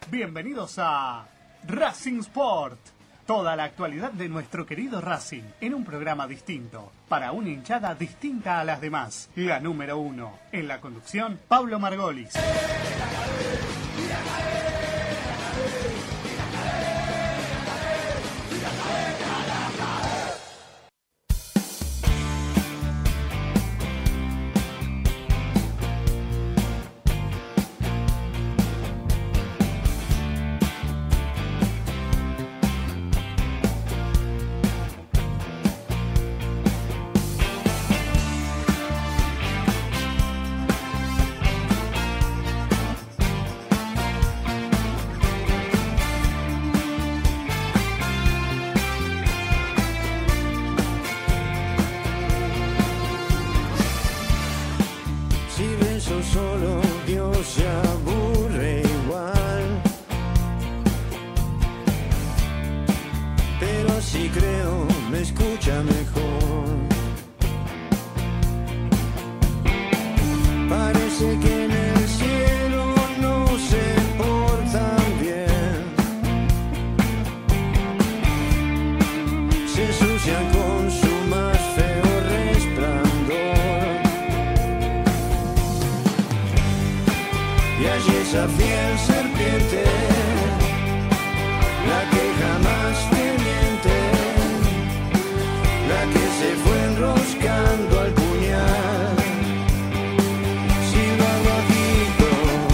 Bienvenidos a Racing Sport. Toda la actualidad de nuestro querido Racing en un programa distinto, para una hinchada distinta a las demás. La número 1. En la conducción, Pablo Margolis. Solo Dios se aburre igual, pero si creo me escucha mejor. Parece que en el cielo no se portan bien, se ensucian con su más feo resplandor. Y allí esa fiel serpiente, la que jamás te miente, la que se fue enroscando al puñal, silba bajito.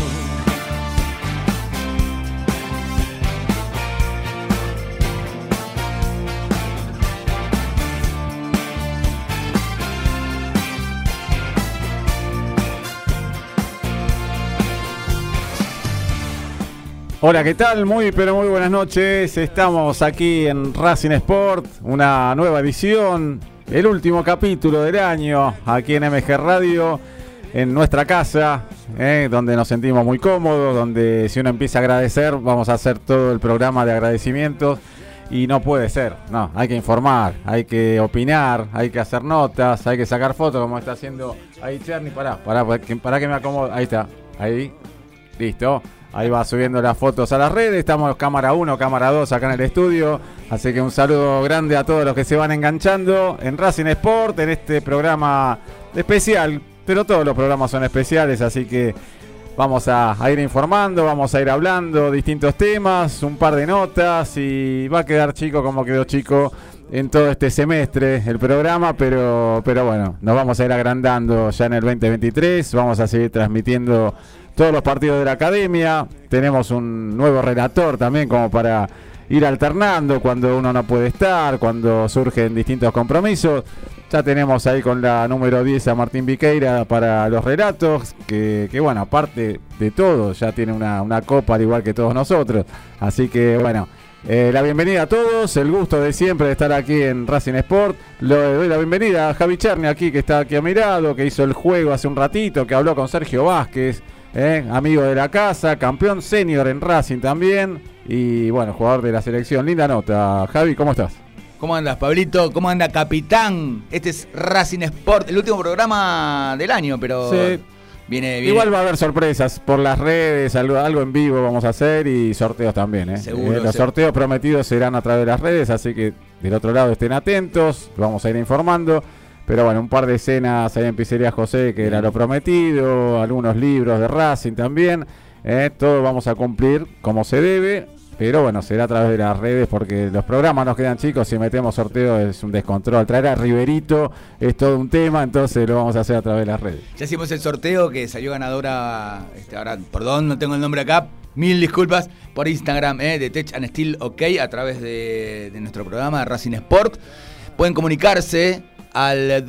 Hola, ¿qué tal? Muy buenas noches. Estamos aquí en Racing Sport, una nueva edición, el último capítulo del año, aquí en MG Radio, en nuestra casa, donde nos sentimos muy cómodos, donde si uno empieza a agradecer, vamos a hacer todo el programa de agradecimientos. Y no puede ser, no, hay que informar, hay que opinar, hay que hacer notas, hay que sacar fotos, como está haciendo ahí Cherny. Para que me acomode, ahí está, ahí, listo. Ahí va subiendo las fotos a las redes. Estamos cámara 1, cámara 2 acá en el estudio. Así que un saludo grande a todos los que se van enganchando en Racing Sport, en este programa especial. Pero todos los programas son especiales, así que vamos a ir informando, vamos a ir hablando distintos temas, un par de notas. Y va a quedar chico como quedó chico en todo este semestre el programa. Pero bueno, nos vamos a ir agrandando ya en el 2023. Vamos a seguir transmitiendo todos los partidos de la academia. Tenemos un nuevo relator también como para ir alternando cuando uno no puede estar, cuando surgen distintos compromisos. Ya tenemos ahí con la número 10 a Martín Viqueira para los relatos, que bueno, aparte de todo, ya tiene una copa al igual que todos nosotros. Así que bueno, la bienvenida a todos, el gusto de siempre de estar aquí en Racing Sport. Le doy la bienvenida a Javi Cherny aquí, que está aquí a mi lado, que hizo el juego hace un ratito, que habló con Sergio Vázquez. Amigo de la casa, campeón senior en Racing también y bueno, jugador de la selección. Linda nota, Javi, ¿cómo estás? ¿Cómo andas, Pablito? ¿Cómo anda, capitán? Este es Racing Sport, el último programa del año, pero sí. Viene. Igual va a haber sorpresas por las redes, algo en vivo vamos a hacer y sorteos también. Seguro, los sorteos prometidos serán a través de las redes, así que del otro lado estén atentos, vamos a ir informando. Pero bueno, un par de escenas ahí en Pizzería José, que era lo prometido, algunos libros de Racing también, todo vamos a cumplir como se debe, pero bueno, será a través de las redes porque los programas nos quedan chicos, si metemos sorteo es un descontrol, traer a Riverito es todo un tema, entonces lo vamos a hacer a través de las redes. Ya hicimos el sorteo que salió ganadora, ahora, perdón, no tengo el nombre acá, mil disculpas, por Instagram, de Tech and Steel OK, a través de nuestro programa de Racing Sport. Pueden comunicarse al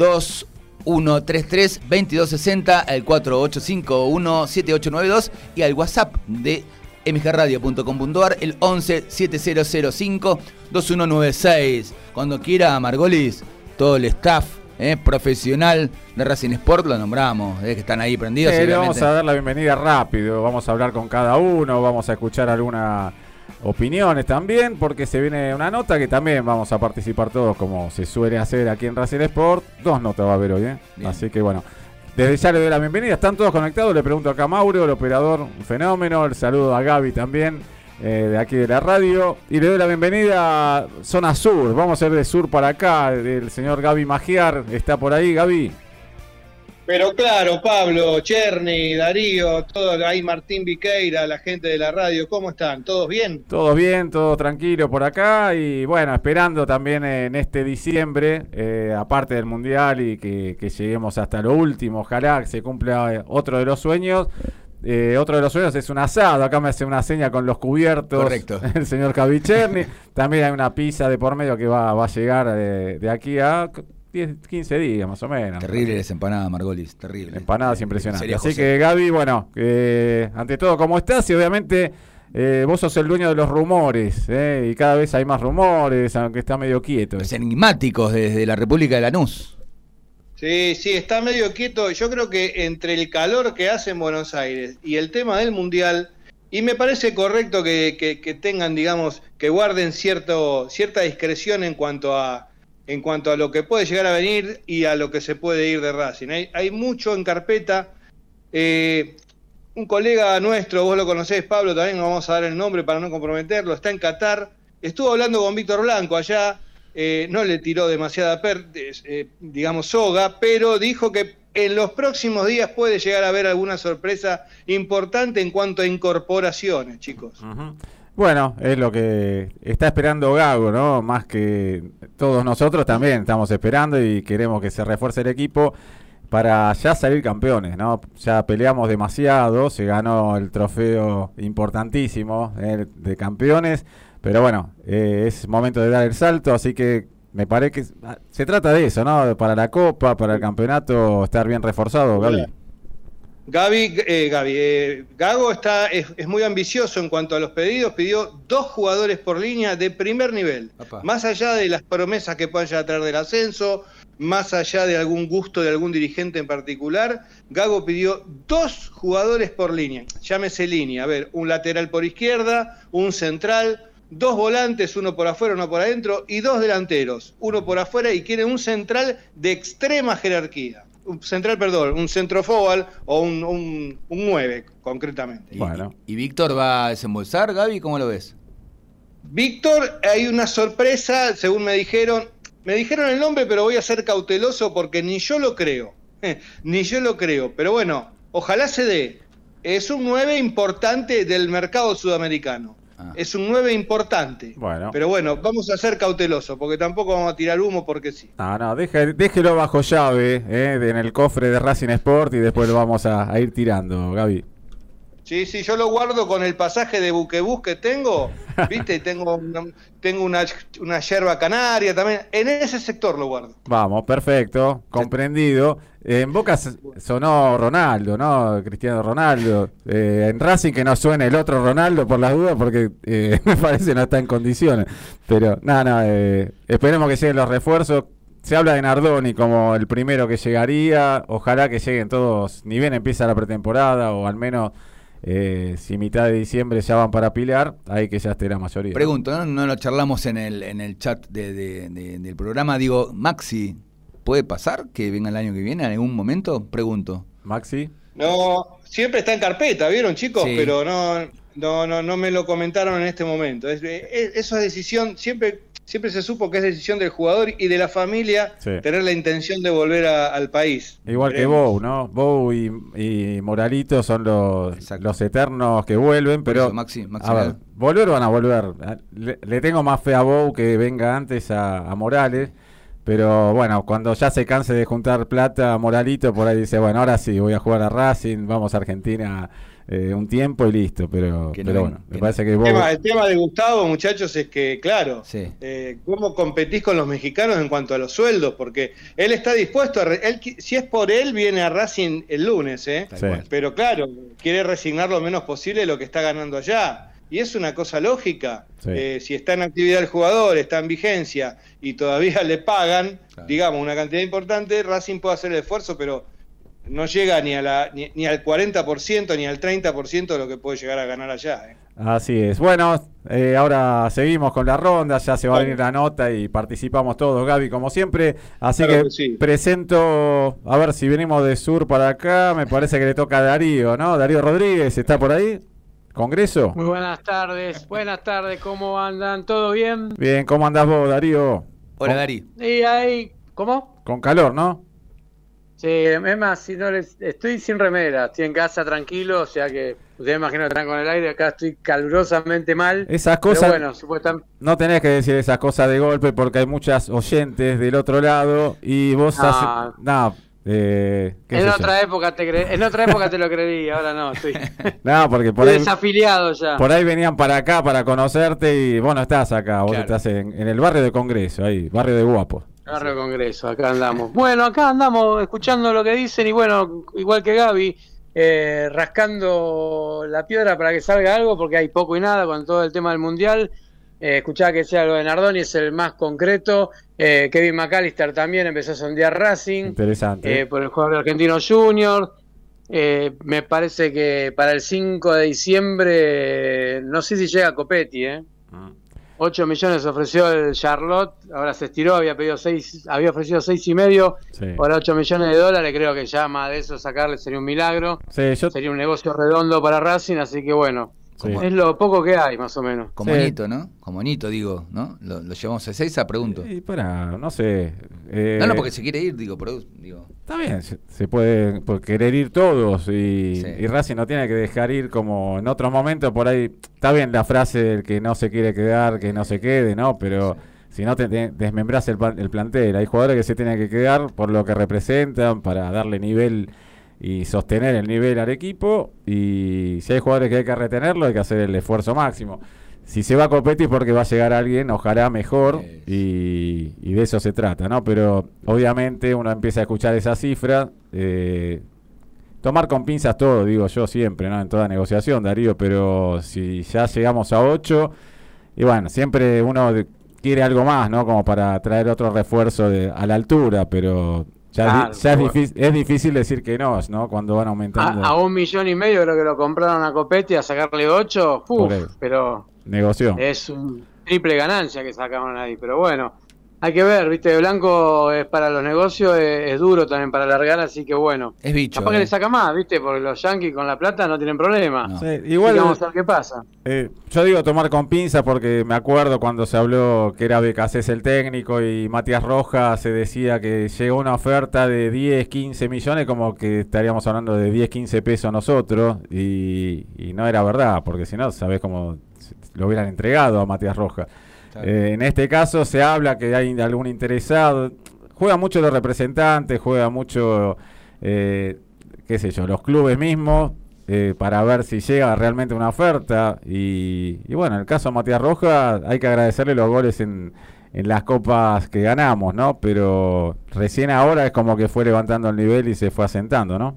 2133-2260, al 4851-7892 y al WhatsApp de mgradio.com.ar, el 11-7005-2196. Cuando quiera, Margolis, todo el staff profesional de Racing Sport lo nombramos, que están ahí prendidos. Le vamos a dar la bienvenida rápido, vamos a hablar con cada uno, vamos a escuchar alguna opiniones también, porque se viene una nota que también vamos a participar todos, como se suele hacer aquí en Racing Sport. 2 notas va a haber hoy, así que bueno, desde ya le doy la bienvenida. Están todos conectados, le pregunto acá a Mauro, el operador, un fenómeno. El saludo a Gaby también, de aquí de la radio. Y le doy la bienvenida a Zona Sur. Vamos a ir de sur para acá. El señor Gaby Magiar está por ahí. Gaby. Pero claro, Pablo, Cherny, Darío, todo ahí, Martín Viqueira, la gente de la radio, ¿cómo están? ¿Todos bien? Todo bien, todo tranquilo por acá y bueno, esperando también en este diciembre, aparte del Mundial y que lleguemos hasta lo último, ojalá que se cumpla otro de los sueños. Otro de los sueños es un asado, acá me hace una seña con los cubiertos. Correcto. El señor Cavicherni. También hay una pizza de por medio que va a llegar de aquí a 10, 15 días más o menos. Terrible esa empanada, Margolis, terrible. Empanadas impresionantes. Sería Así José. que Gaby, bueno, ante todo, ¿cómo estás? Y obviamente vos sos el dueño de los rumores, y cada vez hay más rumores, aunque está medio quieto. Los enigmáticos desde la República de Lanús. Sí, está medio quieto. Yo creo que entre el calor que hace en Buenos Aires y el tema del Mundial, y me parece correcto que tengan, digamos, que guarden cierta discreción en cuanto a lo que puede llegar a venir y a lo que se puede ir de Racing. Hay mucho en carpeta. Un colega nuestro, vos lo conocés, Pablo, también no vamos a dar el nombre para no comprometerlo, está en Qatar, estuvo hablando con Víctor Blanco allá, no le tiró demasiada soga, pero dijo que en los próximos días puede llegar a haber alguna sorpresa importante en cuanto a incorporaciones, chicos. Uh-huh. Bueno, es lo que está esperando Gago, ¿no? Más que todos nosotros también estamos esperando y queremos que se refuerce el equipo para ya salir campeones, ¿no? Ya peleamos demasiado, se ganó el trofeo importantísimo de campeones, pero bueno, es momento de dar el salto, así que me parece que se trata de eso, ¿no? Para la Copa, para el campeonato, estar bien reforzado, Gaby. Gago es muy ambicioso en cuanto a los pedidos, pidió 2 jugadores por línea de primer nivel. Apá. Más allá de las promesas que puedan llegar a traer del ascenso, más allá de algún gusto de algún dirigente en particular, Gago pidió 2 jugadores por línea, llámese línea, a ver, un lateral por izquierda, un central, 2 volantes, uno por afuera, uno por adentro, y 2 delanteros, uno por afuera, y quiere un central de extrema jerarquía. Un centro forward o un 9, concretamente. Bueno. ¿Y Víctor va a desembolsar, Gaby? ¿Cómo lo ves? Víctor, hay una sorpresa, según me dijeron el nombre, pero voy a ser cauteloso porque ni yo lo creo. Pero bueno, ojalá se dé. Es un 9 importante del mercado sudamericano. Es un 9 importante. Bueno. Pero bueno, vamos a ser cautelosos, porque tampoco vamos a tirar humo porque sí. No, déjelo bajo llave, en el cofre de Racing Sport y después lo vamos a ir tirando, Gaby. Sí, yo lo guardo con el pasaje de buquebús que tengo, ¿viste? tengo una yerba canaria también, en ese sector lo guardo. Vamos, perfecto, comprendido. En Boca sonó Ronaldo, ¿no? Cristiano Ronaldo. En Racing que no suene el otro Ronaldo por las dudas porque me parece no está en condiciones. Pero esperemos que lleguen los refuerzos. Se habla de Nardoni como el primero que llegaría. Ojalá que lleguen todos, ni bien empieza la pretemporada o al menos... si mitad de diciembre ya van para Pilar, ahí que ya esté la mayoría. Pregunto, no lo charlamos en el chat del programa. Digo, Maxi, ¿puede pasar que venga el año que viene en algún momento? Pregunto. ¿Maxi? No, siempre está en carpeta, ¿vieron, chicos? Sí. Pero no me lo comentaron en este momento. Eso es decisión, siempre se supo que es decisión del jugador y de la familia, sí, tener la intención de volver al país. Igual Veremos. Que Bou, ¿no? Bou y Moralito son los eternos que vuelven, pero eso, Maxi a ver, volver van a volver. Le tengo más fe a Bou que venga antes a Morales, pero bueno, cuando ya se canse de juntar plata, Moralito por ahí dice, bueno, ahora sí, voy a jugar a Racing, vamos a Argentina un tiempo y listo, pero bueno, me parece que el tema de Gustavo, muchachos, es que, claro, sí, ¿cómo competís con los mexicanos en cuanto a los sueldos? Porque él está dispuesto si es por él, viene a Racing el lunes, sí, pero claro, quiere resignar lo menos posible lo que está ganando allá. Y es una cosa lógica, sí. Si está en actividad el jugador, está en vigencia y todavía le pagan, claro, digamos, una cantidad importante, Racing puede hacer el esfuerzo, pero no llega ni al 40% ni al 30% de lo que puede llegar a ganar allá. Así es. Bueno, ahora seguimos con la ronda, ya se va a venir la nota y participamos todos, Gaby, como siempre. Así claro que sí, presento, a ver si venimos de sur para acá, me parece que le toca a Darío, ¿no? Darío Rodríguez, ¿está por ahí? Congreso. Muy buenas tardes, ¿cómo andan? ¿Todo bien? Bien, ¿cómo andás vos, Darío? Hola, Dari. Y ahí, ¿cómo? Con calor, ¿no? Sí, es más, si no estoy sin remera, estoy en casa tranquilo, o sea que ustedes imagino que están con el aire, acá estoy calurosamente mal. Esas cosas, pero bueno, supuestamente... no tenés que decir esas cosas de golpe porque hay muchas oyentes del otro lado y vos haces... No, en otra época te lo creí, ahora no, estoy, no, porque por estoy ahí, desafiliado ya. por ahí venían para acá para conocerte y vos no estás acá, vos Claro. estás en el barrio de Congreso, ahí, barrio de Guapos. Barrio Congreso, acá andamos. Bueno, acá andamos escuchando lo que dicen y bueno, igual que Gaby, rascando la piedra para que salga algo porque hay poco y nada con todo el tema del Mundial. Escuchaba que decía lo de Nardoni, es el más concreto. Kevin McAllister también empezó a sondear Racing Interesante. por el jugador argentino Junior. Me parece que para el 5 de diciembre, no sé si llega Copetti, 8 millones ofreció el Charlotte, ahora se estiró, había ofrecido 6,5, Sí. ahora 8 millones de dólares, creo que ya más de eso sacarle sería un milagro, Sí, yo... sería un negocio redondo para Racing, así que bueno, Sí. es lo poco que hay más o menos. Como Sí. Nito, ¿no? Como Nito, digo, ¿no? Lo llevamos a Ezeiza, pregunto. Y para, no sé. No, porque se quiere ir, digo, digo. Está bien, se puede querer ir todos y, Sí. y Racing no tiene que dejar ir como en otros momentos por ahí. Está bien la frase del que no se quiere quedar, que no se quede, ¿no? Pero si no te desmembrás el plantel, hay jugadores que se tienen que quedar por lo que representan para darle nivel y sostener el nivel al equipo, y si hay jugadores que hay que retenerlo hay que hacer el esfuerzo máximo. Si se va a Copetti porque va a llegar alguien, ojalá mejor, y de eso se trata, ¿no? Pero obviamente uno empieza a escuchar esa cifra, tomar con pinzas todo, digo yo siempre, ¿no? En toda negociación, Darío, pero si ya llegamos a 8, y bueno, siempre uno quiere algo más, ¿no? Como para traer otro refuerzo a la altura, pero ya, Claro, es difícil decir que no, ¿no? Cuando van aumentando. A 1,5 millones creo que lo compraron a Copetti a sacarle 8, Por ahí. pero Negocio. es un triple ganancia que sacaron ahí, pero bueno, hay que ver, viste, Blanco es para los negocios, es duro también para largar, así que bueno, Es bicho. capaz que le saca más, viste, porque los Yankees con la plata no tienen problema. No. Sí, Así igual que vamos a ver qué pasa. yo digo tomar con pinzas porque me acuerdo cuando se habló que era Becasés el técnico y Matías Rojas se decía que llegó una oferta de 10, 15 millones, como que estaríamos hablando de 10, 15 pesos nosotros, y no era verdad, porque si no, sabés cómo lo hubieran entregado a Matías Rojas. Claro. En este caso se habla que hay algún interesado, juega mucho los representantes, juega mucho, qué sé yo, los clubes mismos, para ver si llega realmente una oferta, y bueno, en el caso de Matías Rojas hay que agradecerle los goles en las copas que ganamos, ¿no? Pero recién ahora es como que fue levantando el nivel y se fue asentando, ¿no?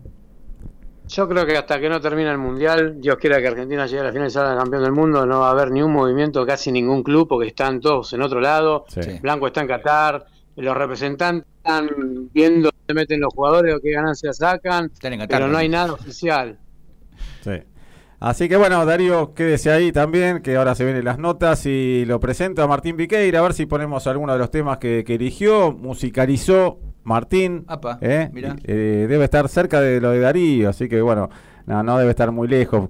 Yo creo que hasta que no termine el Mundial, Dios quiera que Argentina llegue a la final y salga campeón del mundo, no va a haber ni un movimiento, casi ningún club, porque están todos en otro lado. Sí. Sí. Blanco está en Qatar, los representantes están viendo dónde meten los jugadores o qué ganancias sacan, Están en Qatar, pero no hay ¿no? nada oficial. Sí. Así que bueno, Darío, quédese ahí también, que ahora se vienen las notas y lo presento a Martín Viqueira, a ver si ponemos alguno de los temas que eligió, musicalizó Martín. Apa, mirá. Debe estar cerca de lo de Darío, así que bueno, no debe estar muy lejos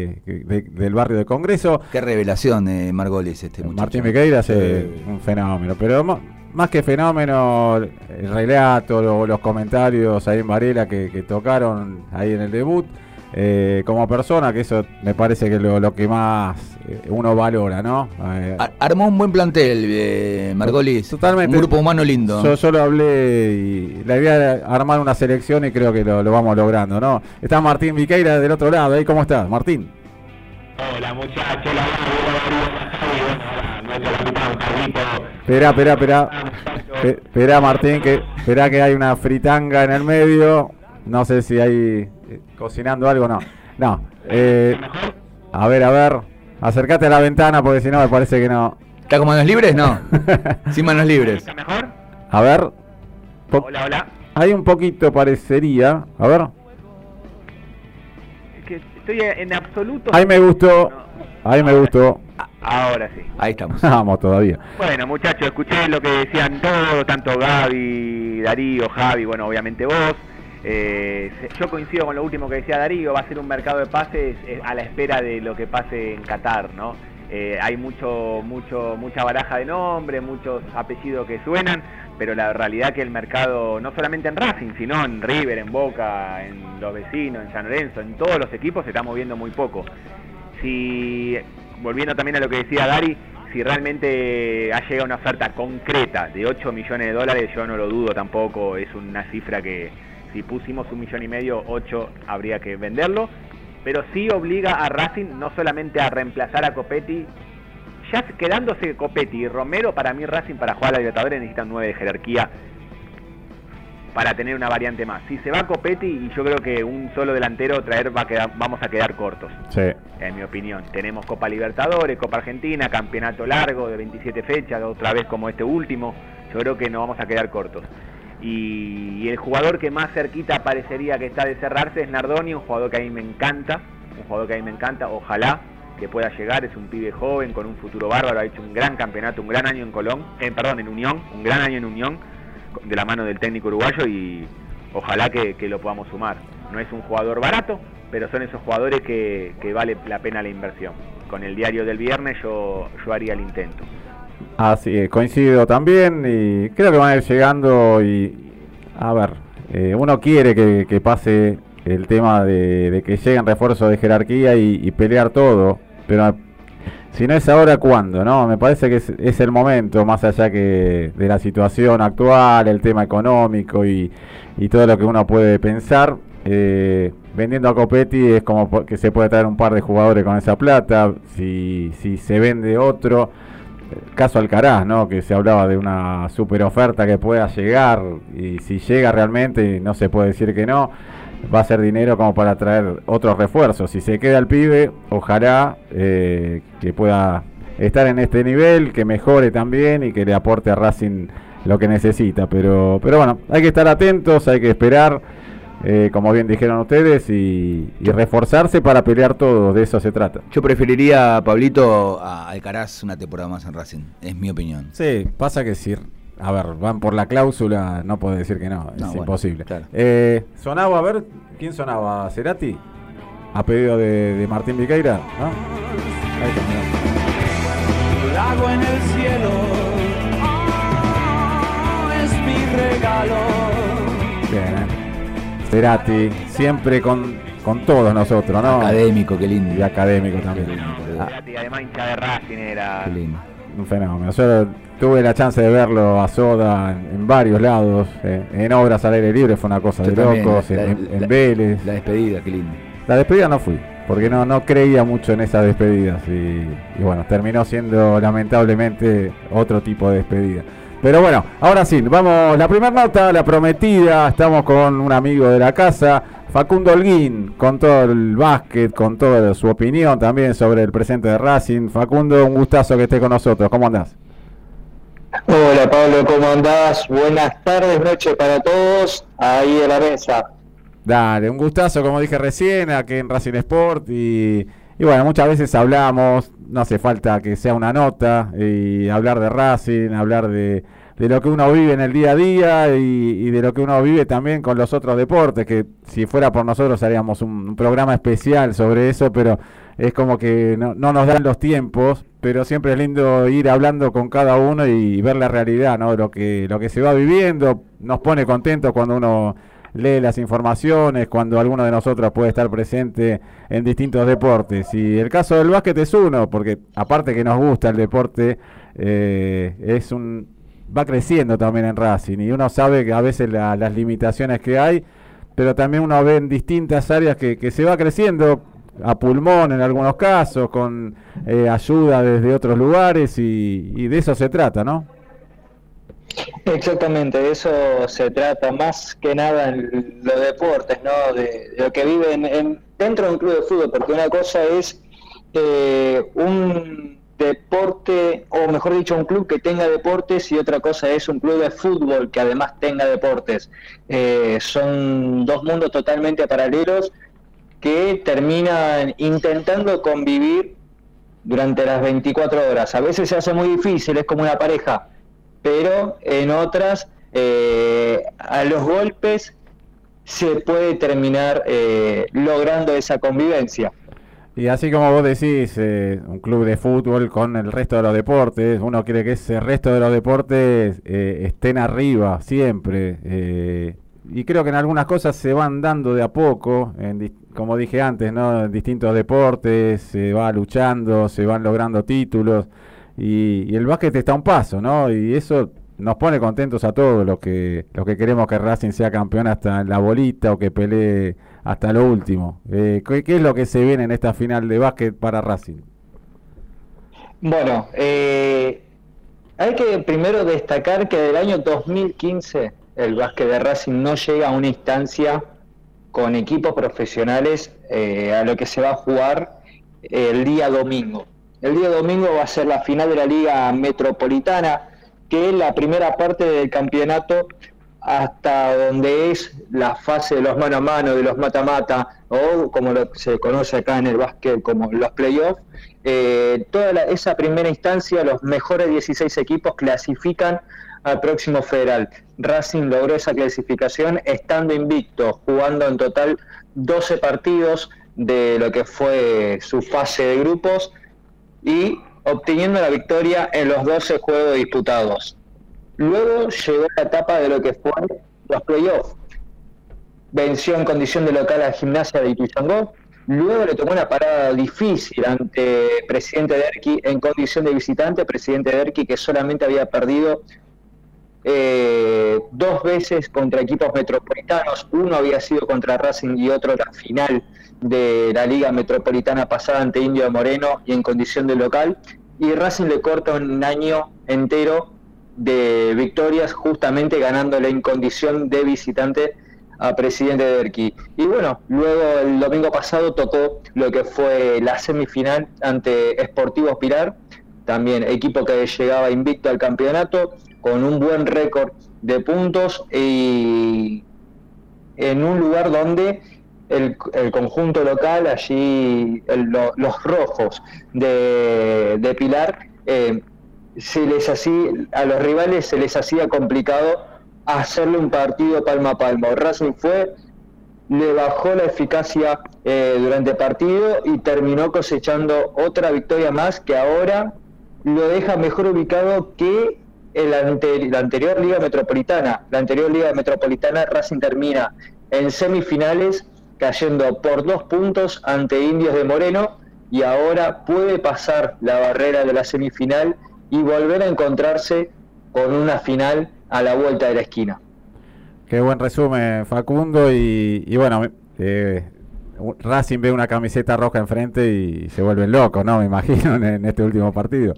del barrio de Congreso. Qué revelación, Margolis, este muchacho. Martín Viqueira es un fenómeno, pero más que fenómeno, el relato o los comentarios ahí en Varela que tocaron ahí en el debut, como persona, que eso me parece que lo que más uno valora, ¿no? Armó un buen plantel, Margolis. Totalmente. Un grupo humano lindo. Yo lo hablé y la idea era armar una selección y creo que lo vamos logrando, ¿no? Está Martín Viqueira del otro lado, ahí, ¿cómo estás, Martín? Hola muchachos, nuestro capitán Carlito. Espera Martín, espera que hay una fritanga en el medio, no sé si hay cocinando algo, no, a ver, acércate a la ventana porque si no me parece que no. ¿Está con manos libres? No. Sin manos libres. ¿Está mejor? A ver, Hola. hay un poquito parecería, a ver, Es que estoy en absoluto... ahí me gustó, Ahora sí. Ahí estamos. vamos todavía. Bueno, muchachos, escuché lo que decían todos, tanto Gaby, Darío, Javi, bueno, obviamente vos. Yo coincido con lo último que decía Darío, va a ser un mercado de pases a la espera de lo que pase en Qatar, ¿no? Hay mucha baraja de nombres, muchos apellidos que suenan, pero la realidad que el mercado, no solamente en Racing, sino en River, en Boca, en los vecinos, en San Lorenzo, en todos los equipos se está moviendo muy poco. Volviendo también a lo que decía Dari, si realmente ha llegado una oferta concreta de 8 millones de dólares, yo no lo dudo tampoco, es una cifra que si pusimos 1,5 millones, 8 habría que venderlo, pero sí obliga a Racing no solamente a reemplazar a Copetti, ya quedándose Copetti y Romero, para mí Racing para jugar a la Libertadores necesita un 9 de jerarquía para tener una variante más. Si se va Copetti, y yo creo que un solo delantero vamos a quedar cortos, sí, en mi opinión. Tenemos Copa Libertadores, Copa Argentina, campeonato largo de 27 fechas, otra vez como este último, yo creo que nos vamos a quedar cortos. Y el jugador que más cerquita parecería que está de cerrarse es Nardoni, un jugador que a mí me encanta, ojalá que pueda llegar, es un pibe joven con un futuro bárbaro, ha hecho un gran campeonato, un gran año en Unión, un gran año en Unión, de la mano del técnico uruguayo, y ojalá que lo podamos sumar. No es un jugador barato, pero son esos jugadores que vale la pena la inversión. Con el diario del viernes yo haría el intento. Así es, coincido también, y creo que van a ir llegando, y a ver, uno quiere que pase el tema de que lleguen refuerzos de jerarquía y pelear todo, pero si no es ahora, ¿cuándo? ¿No? Me parece que es el momento, más allá que de la situación actual, el tema económico y todo lo que uno puede pensar. Vendiendo a Copetti es como que se puede traer un par de jugadores con esa plata. Si se vende otro, caso Alcaraz, ¿no? Que se hablaba de una super oferta que pueda llegar, y si llega realmente, no se puede decir que no, va a ser dinero como para traer otros refuerzos. Si se queda el pibe, ojalá que pueda estar en este nivel, que mejore también y que le aporte a Racing lo que necesita. Pero bueno, hay que estar atentos, hay que esperar, como bien dijeron ustedes, y reforzarse para pelear todo, de eso se trata. Yo preferiría, Pablito, a Alcaraz una temporada más en Racing, es mi opinión. Sí, pasa que si... A ver, van por la cláusula, no puedo decir que no, es imposible. Claro. Sonaba, a ver, ¿quién sonaba? ¿Cerati? A pedido de Martín Viqueira, ¿no? Ahí está, mirá. Lago en el cielo, es mi regalo. Bien, Cerati, siempre con todos nosotros, ¿no? Académico, qué lindo. Y académico también. Cerati, además hincha de Racing era... Qué lindo. Un fenómeno. Yo tuve la chance de verlo a Soda en varios lados, en obras al aire libre, fue una cosa de locos, en Vélez. La despedida, qué lindo. La despedida no fui, porque no creía mucho en esas despedidas, y bueno, terminó siendo lamentablemente otro tipo de despedida. Pero bueno, ahora sí, vamos, la primera nota, la prometida, estamos con un amigo de la casa, Facundo Holguín, con todo el básquet, con toda su opinión también sobre el presente de Racing. Facundo, un gustazo que esté con nosotros, ¿cómo andás? Hola Pablo, ¿cómo andás? Buenas tardes, noches para todos, ahí en la mesa. Dale, un gustazo, como dije recién, aquí en Racing Sport, y bueno, muchas veces hablamos, no hace falta que sea una nota, y hablar de Racing, hablar de lo que uno vive en el día a día, y de lo que uno vive también con los otros deportes, que si fuera por nosotros haríamos un programa especial sobre eso, pero es como que no nos dan los tiempos, pero siempre es lindo ir hablando con cada uno y ver la realidad, ¿no? Lo que se va viviendo. Nos pone contentos cuando uno lee las informaciones, cuando alguno de nosotros puede estar presente en distintos deportes, y el caso del básquet es uno, porque aparte que nos gusta el deporte, va creciendo también en Racing, y uno sabe que a veces las limitaciones que hay, pero también uno ve en distintas áreas que se va creciendo a pulmón en algunos casos, con ayuda desde otros lugares, y de eso se trata, ¿no? Exactamente, de eso se trata más que nada en los deportes, ¿no? De lo que viven dentro de un club de fútbol, porque una cosa es un deporte, o mejor dicho, un club que tenga deportes, y otra cosa es un club de fútbol que además tenga deportes. Son dos mundos totalmente paralelos que terminan intentando convivir durante las 24 horas. A veces se hace muy difícil, es como una pareja, pero en otras, a los golpes se puede terminar logrando esa convivencia. Y así como vos decís, un club de fútbol con el resto de los deportes, uno quiere que ese resto de los deportes estén arriba siempre. Y creo que en algunas cosas se van dando de a poco, como dije antes, ¿no? En distintos deportes se va luchando, se van logrando títulos y el básquet está a un paso, ¿no? Y eso nos pone contentos a todos los que queremos que Racing sea campeón hasta en la bolita o que pelee hasta lo último. ¿Qué es lo que se viene en esta final de básquet para Racing? Bueno, hay que primero destacar que del año 2015 el básquet de Racing no llega a una instancia con equipos profesionales a lo que se va a jugar el día domingo. El día domingo va a ser la final de la Liga Metropolitana, que es la primera parte del campeonato hasta donde es la fase de los mano a mano, de los mata-mata, o como se conoce acá en el básquet como los playoffs. Esa primera instancia, los mejores 16 equipos clasifican al próximo federal. Racing logró esa clasificación estando invicto, jugando en total 12 partidos de lo que fue su fase de grupos y obteniendo la victoria en los 12 juegos disputados. Luego llegó la etapa de lo que fue los playoffs. Venció en condición de local a Gimnasia de Ituzaingó. Luego le tocó una parada difícil ante Presidente Derqui en condición de visitante. Presidente Derqui que solamente había perdido 2 veces contra equipos metropolitanos. Uno había sido contra Racing y otro la final de la Liga Metropolitana pasada ante Indio de Moreno y en condición de local. Y Racing le corta un año entero de victorias justamente ganándole en condición de visitante a Presidente Derqui. Y bueno, luego el domingo pasado tocó lo que fue la semifinal ante Sportivo Pilar, también equipo que llegaba invicto al campeonato con un buen récord de puntos y en un lugar donde el conjunto local, allí los rojos de Pilar, a los rivales se les hacía complicado hacerle un partido palmo a palmo. Racing le bajó la eficacia durante el partido y terminó cosechando otra victoria más que ahora lo deja mejor ubicado que la anterior Liga Metropolitana. La anterior Liga Metropolitana Racing termina en semifinales cayendo por 2 puntos ante Indios de Moreno y ahora puede pasar la barrera de la semifinal y volver a encontrarse con una final a la vuelta de la esquina. Qué buen resumen, Facundo, y bueno, Racing ve una camiseta roja enfrente y se vuelven locos, ¿no? Me imagino en este último partido.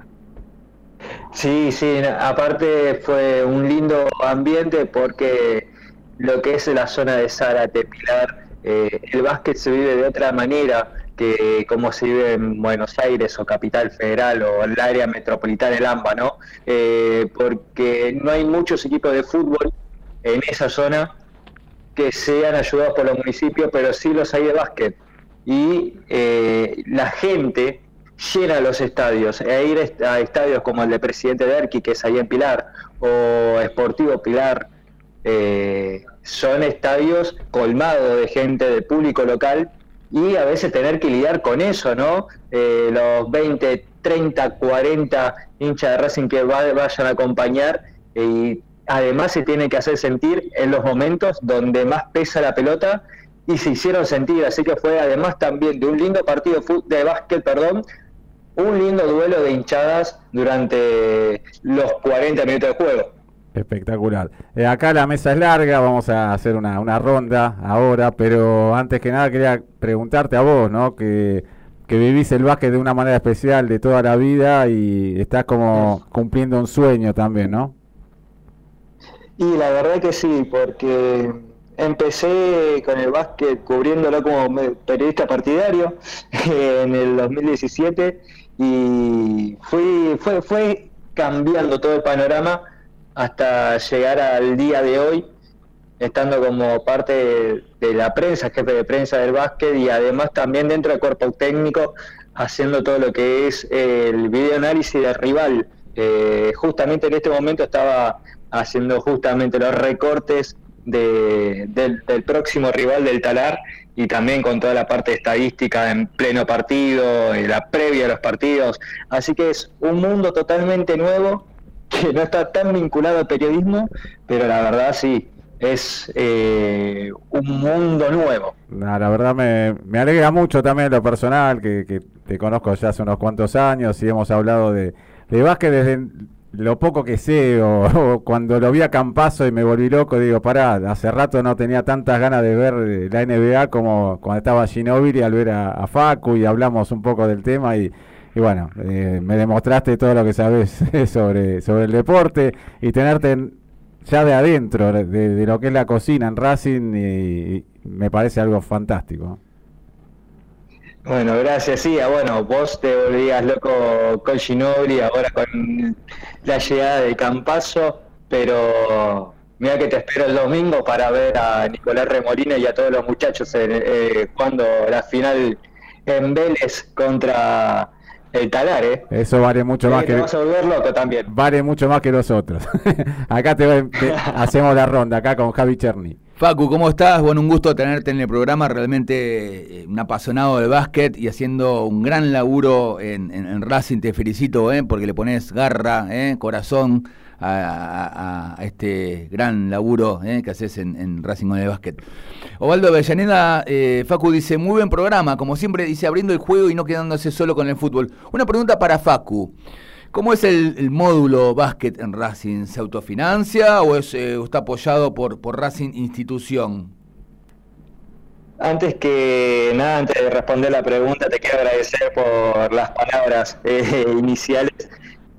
Sí, aparte fue un lindo ambiente porque lo que es la zona de Zárate, Pilar, el básquet se vive de otra manera que como se vive en Buenos Aires o Capital Federal o el área metropolitana del AMBA, ¿no? Porque no hay muchos equipos de fútbol en esa zona que sean ayudados por los municipios, pero sí los hay de básquet. Y la gente llena los estadios, ir a estadios como el de Presidente Derqui, que es ahí en Pilar, o Sportivo Pilar, son estadios colmados de gente, de público local, y a veces tener que lidiar con eso, ¿no? Los 20, 30, 40 hinchas de Racing que vayan a acompañar, y además se tiene que hacer sentir en los momentos donde más pesa la pelota, y se hicieron sentir, así que fue además también de un lindo partido de básquet, un lindo duelo de hinchadas durante los 40 minutos de juego. Espectacular. Acá la mesa es larga, vamos a hacer una ronda ahora, pero antes que nada quería preguntarte a vos, ¿no? Que vivís el básquet de una manera especial de toda la vida y estás como cumpliendo un sueño también, ¿no? Y la verdad que sí, porque empecé con el básquet cubriéndolo como periodista partidario en el 2017 y fue cambiando todo el panorama hasta llegar al día de hoy, estando como parte de la prensa, jefe de prensa del básquet y además también dentro del cuerpo técnico, haciendo todo lo que es el videoanálisis del rival. Justamente en este momento estaba haciendo justamente los recortes del próximo rival del Talar, y también con toda la parte estadística en pleno partido, la previa a los partidos. Así que es un mundo totalmente nuevo que no está tan vinculado al periodismo, pero la verdad sí, es un mundo nuevo. La verdad me alegra mucho también lo personal, que te conozco ya hace unos cuantos años y hemos hablado de básquet desde lo poco que sé, o cuando lo vi a Campazzo y me volví loco, digo, pará, hace rato no tenía tantas ganas de ver la NBA como cuando estaba Ginóbili al ver a Facu, y hablamos un poco del tema y bueno, me demostraste todo lo que sabés sobre el deporte, y tenerte ya de adentro de lo que es la cocina en Racing, y me parece algo fantástico. Bueno, gracias. Sí, bueno, vos te volvías loco con Ginóbili, ahora con la llegada de Campazzo, pero mira que te espero el domingo para ver a Nicolás Remolina y a todos los muchachos jugando la final en Vélez contra el Talar, Eso vale mucho más que... Te vas a volver loco también. Vale mucho más que los otros. Acá hacemos la ronda, acá con Javi Cherny. Facu, ¿cómo estás? Bueno, un gusto tenerte en el programa, realmente un apasionado del básquet y haciendo un gran laburo en Racing. Te felicito, porque le pones garra, corazón a este gran laburo que haces en Racing con el básquet. Osvaldo Avellaneda, Facu dice, muy buen programa, como siempre dice, abriendo el juego y no quedándose solo con el fútbol. Una pregunta para Facu. ¿Cómo es el módulo básquet en Racing? ¿Se autofinancia o está apoyado por Racing Institución? Antes que nada, antes de responder la pregunta, te quiero agradecer por las palabras iniciales.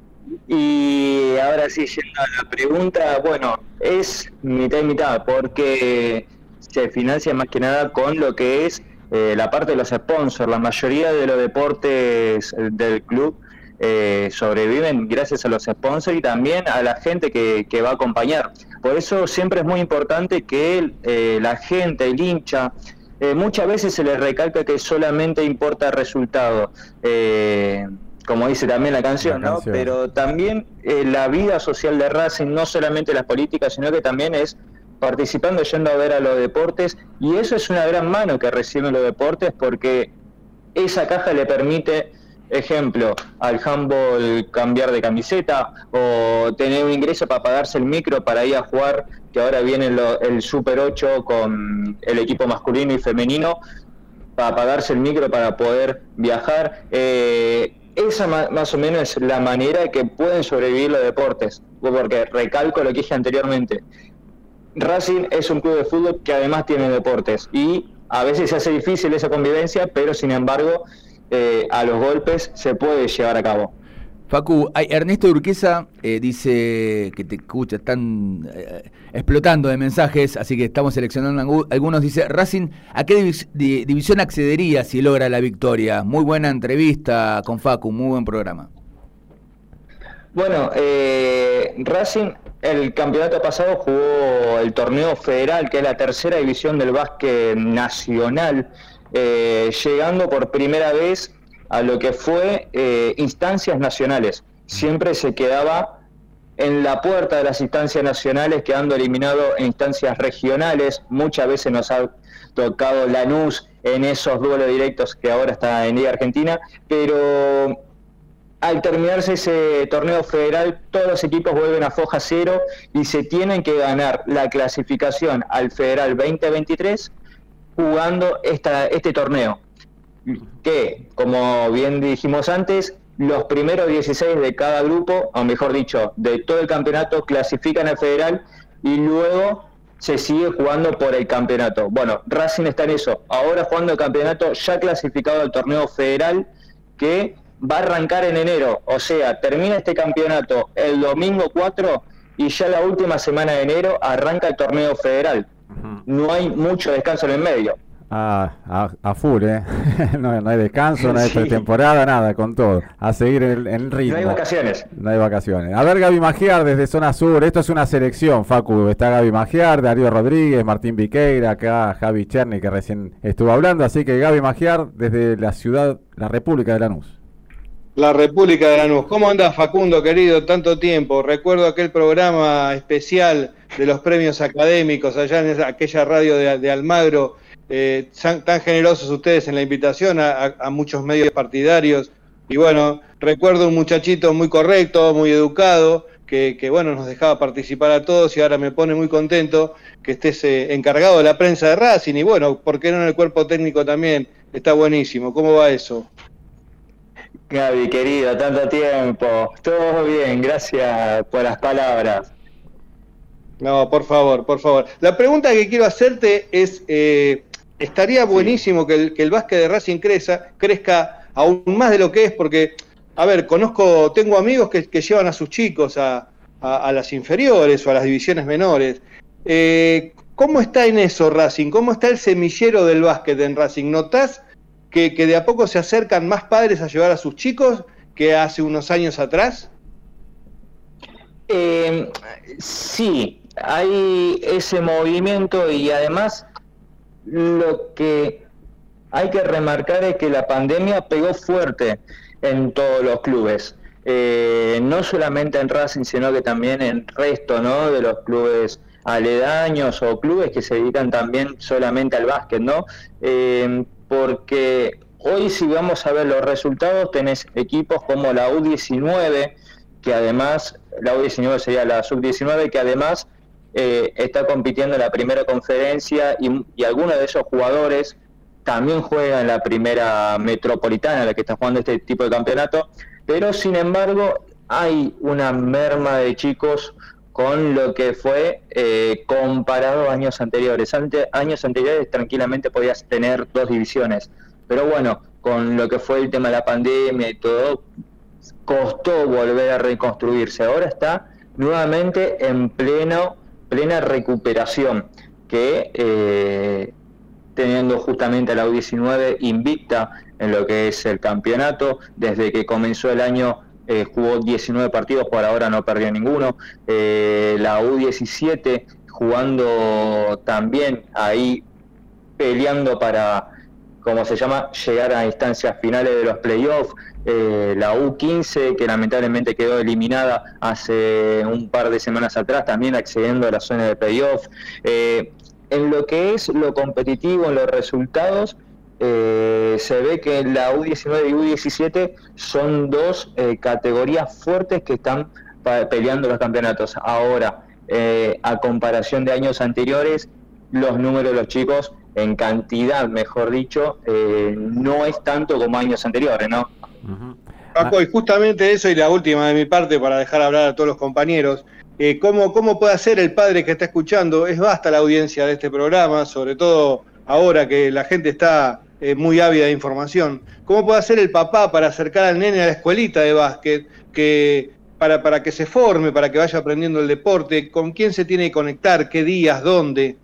Y ahora sí, yendo a la pregunta, bueno, es mitad y mitad, porque se financia más que nada con lo que es la parte de los sponsors. La mayoría de los deportes del club sobreviven gracias a los sponsors y también a la gente que va a acompañar. Por eso siempre es muy importante que la gente, el hincha, muchas veces se le recalca que solamente importa el resultado, como dice también la canción, ¿no? Pero también la vida social de Racing, no solamente las políticas, sino que también es participando, yendo a ver a los deportes, y eso es una gran mano que reciben los deportes, porque esa caja le permite, ejemplo, al handball cambiar de camiseta, o tener un ingreso para pagarse el micro para ir a jugar, que ahora viene el Super 8 con el equipo masculino y femenino, para pagarse el micro para poder viajar. Esa más o menos es la manera que pueden sobrevivir los deportes, porque recalco lo que dije anteriormente, Racing es un club de fútbol que además tiene deportes, y a veces se hace difícil esa convivencia, pero sin embargo a los golpes se puede llevar a cabo. Facu, Ernesto Urquiza dice que te escucha, están explotando de mensajes, así que estamos seleccionando algunos. Dice, Racing, ¿a qué división accedería si logra la victoria? Muy buena entrevista con Facu, muy buen programa. Bueno, Racing el campeonato pasado jugó el torneo federal, que es la tercera división del básquet nacional, llegando por primera vez a lo que fue instancias nacionales. Siempre se quedaba en la puerta de las instancias nacionales, quedando eliminado en instancias regionales. Muchas veces nos ha tocado Lanús en esos duelos directos que ahora está en Liga Argentina, pero al terminarse ese torneo federal, todos los equipos vuelven a foja cero y se tienen que ganar la clasificación al Federal 2023 jugando este torneo, que, como bien dijimos antes, los primeros 16 de cada grupo, o mejor dicho, de todo el campeonato, clasifican al Federal y luego se sigue jugando por el campeonato. Bueno, Racing está en eso, ahora jugando el campeonato, ya clasificado al torneo federal, que va a arrancar en enero, o sea, termina este campeonato el domingo 4 y ya la última semana de enero arranca el torneo federal. No hay mucho descanso en el medio. A full, no hay descanso, no hay pretemporada, nada, con todo. A seguir el ritmo. No hay vacaciones. No hay vacaciones. A ver, Gaby Magiar desde Zona Sur. Esto es una selección, Facu. Está Gaby Magiar, Darío Rodríguez, Martín Viqueira, acá Javi Cherny, que recién estuvo hablando. Así que Gaby Magiar desde la República de Lanús. La República de Lanús. ¿Cómo andás, Facundo, querido? Tanto tiempo. Recuerdo aquel programa especial de los premios académicos allá en aquella radio de Almagro. Tan generosos ustedes en la invitación a muchos medios partidarios. Y bueno, recuerdo un muchachito muy correcto, muy educado, que bueno, nos dejaba participar a todos y ahora me pone muy contento que estés encargado de la prensa de Racing. Y bueno, ¿por qué no en el cuerpo técnico también? Está buenísimo. ¿Cómo va eso? Gaby, querido, tanto tiempo. Todo bien, gracias por las palabras. No, por favor, por favor. La pregunta que quiero hacerte es, estaría buenísimo que el básquet de Racing crezca aún más de lo que es, porque, a ver, tengo amigos que llevan a sus chicos a las inferiores o a las divisiones menores. ¿Cómo está en eso Racing? ¿Cómo está el semillero del básquet en Racing? ¿Notás que de a poco se acercan más padres a llevar a sus chicos que hace unos años atrás? Sí, hay ese movimiento y además lo que hay que remarcar es que la pandemia pegó fuerte en todos los clubes, no solamente en Racing, sino que también en el resto, ¿no?, de los clubes aledaños o clubes que se dedican también solamente al básquet, ¿no? Porque hoy, si vamos a ver los resultados, tenés equipos como la U19, que además, la U19 sería la Sub-19, que además está compitiendo en la primera conferencia y algunos de esos jugadores también juegan en la primera metropolitana, la que está jugando este tipo de campeonato, pero sin embargo hay una merma de chicos con lo que fue comparado a años anteriores. Años anteriores tranquilamente podías tener 2 divisiones, pero bueno, con lo que fue el tema de la pandemia y todo, costó volver a reconstruirse. Ahora está nuevamente en plena recuperación, que teniendo justamente a la U19 invicta en lo que es el campeonato, desde que comenzó el año jugó 19 partidos, por ahora no perdió ninguno. La U17 jugando también ahí, peleando para, como se llama, llegar a instancias finales de los playoffs. La U15, que lamentablemente quedó eliminada hace un par de semanas atrás, también accediendo a la zona de playoffs. En lo que es lo competitivo, en los resultados, se ve que la U19 y U17 son 2 categorías fuertes que están peleando los campeonatos. Ahora, a comparación de años anteriores, los números de los chicos, en cantidad, mejor dicho, no es tanto como años anteriores, ¿no? Paco, y justamente eso, y la última de mi parte para dejar hablar a todos los compañeros, ¿cómo puede hacer el padre que está escuchando? Es vasta la audiencia de este programa, sobre todo ahora que la gente está muy ávida de información. ¿Cómo puede hacer el papá para acercar al nene a la escuelita de básquet, para que se forme, para que vaya aprendiendo el deporte? ¿Con quién se tiene que conectar? ¿Qué días? ¿Dónde?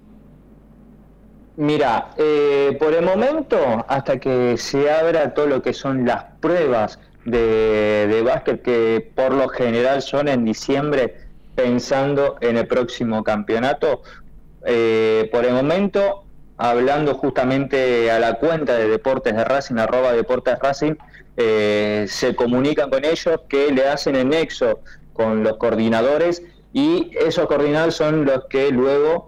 Mira, por el momento, hasta que se abra todo lo que son las pruebas de básquet, que por lo general son en diciembre, pensando en el próximo campeonato, por el momento, hablando justamente a la cuenta de Deportes de Racing, @Deportes Racing, se comunican con ellos, que le hacen el nexo con los coordinadores, y esos coordinadores son los que luego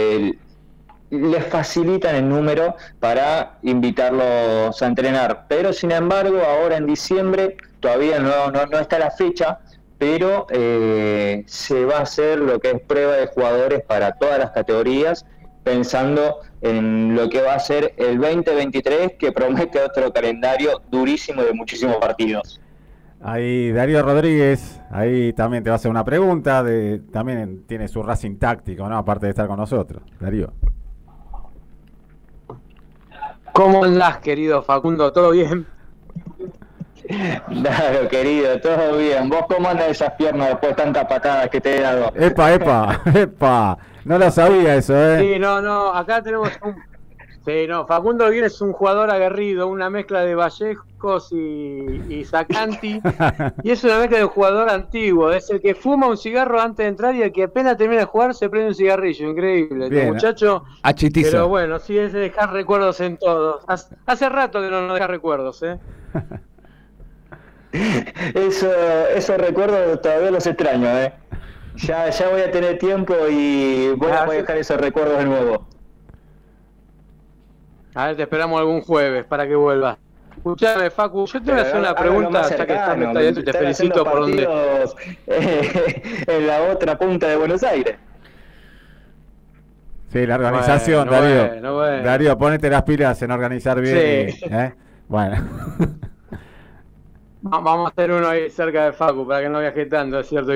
les facilitan el número para invitarlos a entrenar. Pero sin embargo, ahora en diciembre todavía no está la fecha, pero se va a hacer lo que es prueba de jugadores para todas las categorías, pensando en lo que va a ser el 2023, que promete otro calendario durísimo de muchísimos partidos. Ahí Darío Rodríguez, ahí también te va a hacer una pregunta, también tiene su Racing táctico, ¿no? Aparte de estar con nosotros. Darío. ¿Cómo andás, querido Facundo? ¿Todo bien? Claro, querido, todo bien. ¿Vos cómo andas esas piernas después de tantas patadas que te he dado? Epa. No lo sabía eso, Sí, no, acá tenemos Sí, Facundo Guín es un jugador aguerrido, una mezcla de Vallejos y Sacanti, y es una mezcla de un jugador antiguo, es el que fuma un cigarro antes de entrar y el que apenas termina de jugar se prende un cigarrillo, increíble, bien, este muchacho. Achitizo. Pero bueno, sí, es de dejar recuerdos en todos. Hace rato que no deja recuerdos, Esos recuerdos todavía los extraño, Ya voy a tener tiempo y voy a dejar esos recuerdos de nuevo. A ver, te esperamos algún jueves para que vuelvas. Escuchame, Facu, yo te voy a hacer una pregunta, ya que estás adentro, y te felicito por donde... en la otra punta de Buenos Aires. Sí, la organización, Darío. Bueno. Darío, ponete las pilas en organizar bien. Sí. Bueno. Vamos a hacer uno ahí cerca de Facu para que no viaje tanto, es cierto.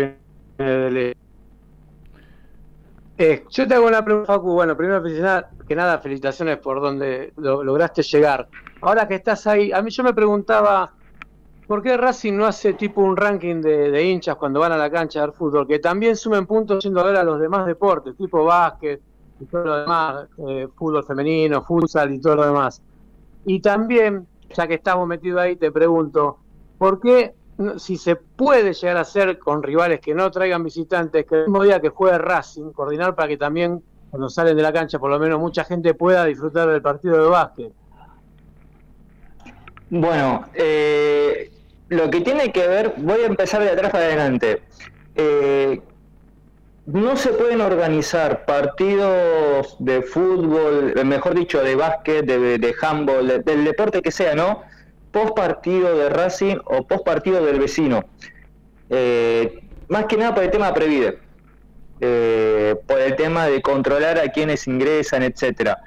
Yo te hago una pregunta, Facu. Bueno, primero que nada, felicitaciones por donde lograste llegar. Ahora que estás ahí, a mí yo me preguntaba, ¿por qué Racing no hace tipo un ranking de hinchas cuando van a la cancha a ver fútbol? Que también sumen puntos yendo a ver a los demás deportes, tipo básquet y todo lo demás, fútbol femenino, futsal y todo lo demás. Y también, ya que estamos metidos ahí, te pregunto, ¿por qué, si se puede llegar a hacer con rivales que no traigan visitantes, que el mismo día que juegue Racing, coordinar para que también, cuando salen de la cancha, por lo menos mucha gente pueda disfrutar del partido de básquet? Bueno, lo que tiene que ver, voy a empezar de atrás para adelante. No se pueden organizar partidos de fútbol, mejor dicho, de básquet, de handball, del deporte que sea, ¿no? Post partido de Racing o post partido del vecino. Más que nada por el tema de Previde, por el tema de controlar a quienes ingresan, etcétera.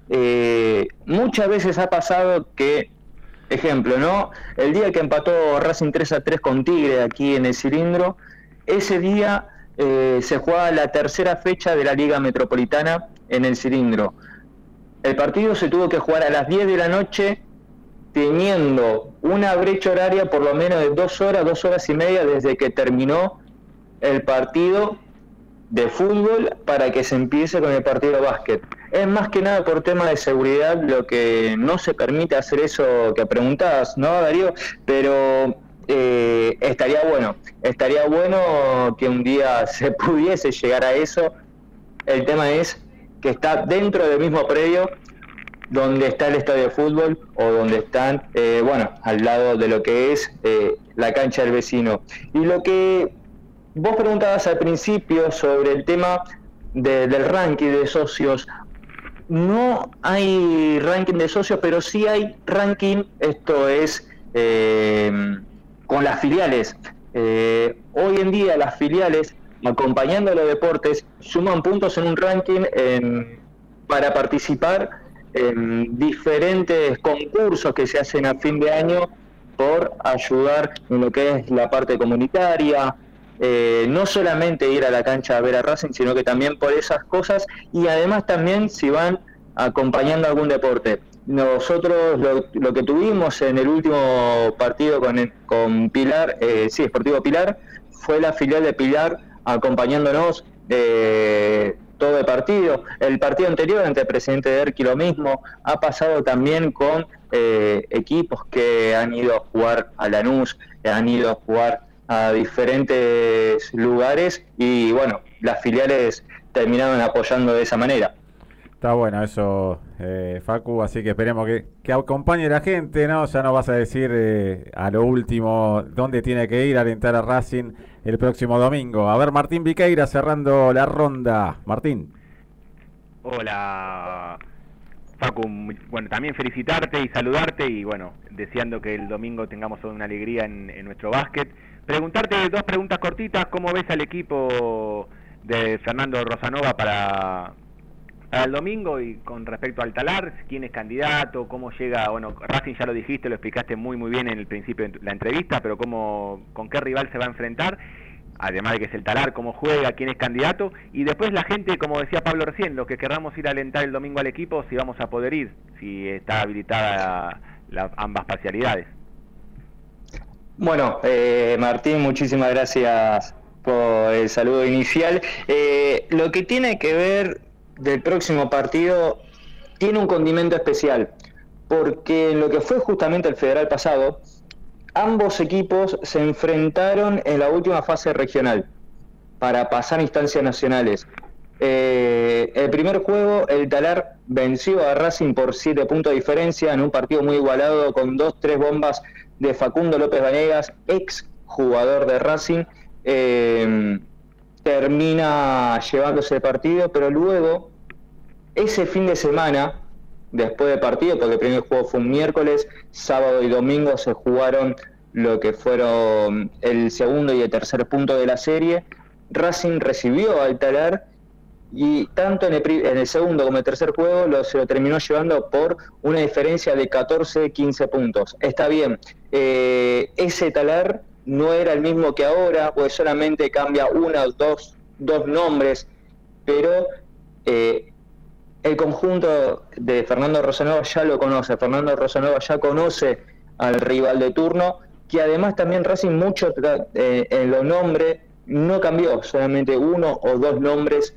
Muchas veces ha pasado que, ejemplo, ¿no? El día que empató Racing 3-3 con Tigre aquí en el Cilindro, ese día se jugaba la tercera fecha de la Liga Metropolitana en el Cilindro. El partido se tuvo que jugar a las 10 de la noche, teniendo una brecha horaria por lo menos de 2 horas y media desde que terminó el partido de fútbol para que se empiece con el partido de básquet. Es más que nada por tema de seguridad lo que no se permite hacer eso que preguntabas, ¿no, Darío? Pero estaría bueno que un día se pudiese llegar a eso. El tema es que está dentro del mismo predio donde está el estadio de fútbol o donde están, al lado de lo que es la cancha del vecino. Y lo que vos preguntabas al principio sobre el tema del ranking de socios, no hay ranking de socios, pero sí hay ranking, esto es con las filiales. Hoy en día las filiales, acompañando a los deportes, suman puntos en un ranking para participar en diferentes concursos que se hacen a fin de año por ayudar en lo que es la parte comunitaria, no solamente ir a la cancha a ver a Racing, sino que también por esas cosas, y además también si van acompañando algún deporte. Nosotros lo que tuvimos en el último partido con Pilar, Sportivo Pilar, fue la filial de Pilar acompañándonos todo el partido. El partido anterior ante el presidente de Erqui lo mismo. Ha pasado también con equipos que han ido a jugar a Lanús, que han ido a jugar a diferentes lugares y bueno, las filiales terminaron apoyando de esa manera. Está bueno eso, Facu, así que esperemos que acompañe la gente, ¿no? Ya nos vas a decir a lo último dónde tiene que ir a alentar a Racing el próximo domingo. A ver, Martín Viqueira cerrando la ronda. Martín. Hola, Facu. Bueno, también felicitarte y saludarte y bueno, deseando que el domingo tengamos toda una alegría en nuestro básquet. Preguntarte 2 preguntas cortitas. ¿Cómo ves al equipo de Fernando Rosanova para el domingo? Y con respecto al Talar, ¿quién es candidato? ¿Cómo llega? Bueno, Racing ya lo dijiste, lo explicaste muy bien en el principio de la entrevista, pero ¿con qué rival se va a enfrentar? Además de que es el Talar, ¿cómo juega? ¿Quién es candidato? Y después la gente, como decía Pablo recién, los que querramos ir a alentar el domingo al equipo, si vamos a poder ir, si está habilitada ambas parcialidades. Bueno, Martín, muchísimas gracias por el saludo inicial. Lo que tiene que ver del próximo partido tiene un condimento especial, porque en lo que fue justamente el Federal pasado, ambos equipos se enfrentaron en la última fase regional para pasar a instancias nacionales. El primer juego, el Talar venció a Racing por 7 puntos de diferencia en un partido muy igualado con 2-3 bombas de Facundo López Vanegas, ex jugador de Racing, termina llevándose el partido, pero luego, ese fin de semana, después del partido, porque el primer juego fue un miércoles, sábado y domingo se jugaron lo que fueron el segundo y el tercer punto de la serie. Racing recibió al Talar y tanto en el segundo como el tercer juego se lo terminó llevando por una diferencia de 14-15 puntos. Está bien, ese Talar no era el mismo que ahora, pues solamente cambia dos nombres, pero el conjunto de Fernando Rosanova ya lo conoce. Fernando Rosanova ya conoce al rival de turno, que además también Racing mucho en los nombres no cambió, solamente 1 o 2 nombres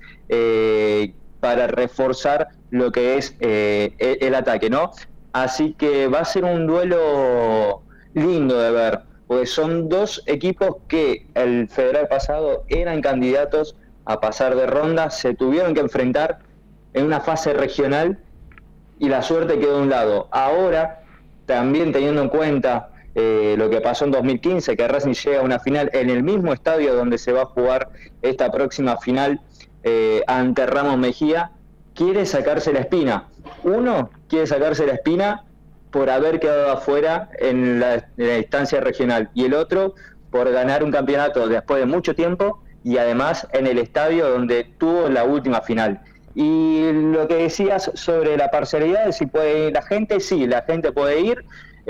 para reforzar lo que es el ataque, ¿no? Así que va a ser un duelo lindo de ver, porque son dos equipos que el federal pasado eran candidatos a pasar de ronda, se tuvieron que enfrentar en una fase regional y la suerte quedó de un lado. Ahora, también teniendo en cuenta lo que pasó en 2015, que Racing llega a una final en el mismo estadio donde se va a jugar esta próxima final ante Ramos Mejía, quiere sacarse la espina. Uno quiere sacarse la espina por haber quedado afuera en la instancia regional, y el otro por ganar un campeonato después de mucho tiempo y además en el estadio donde tuvo la última final. Y lo que decías sobre la parcialidad, si puede ir la gente, sí, la gente puede ir.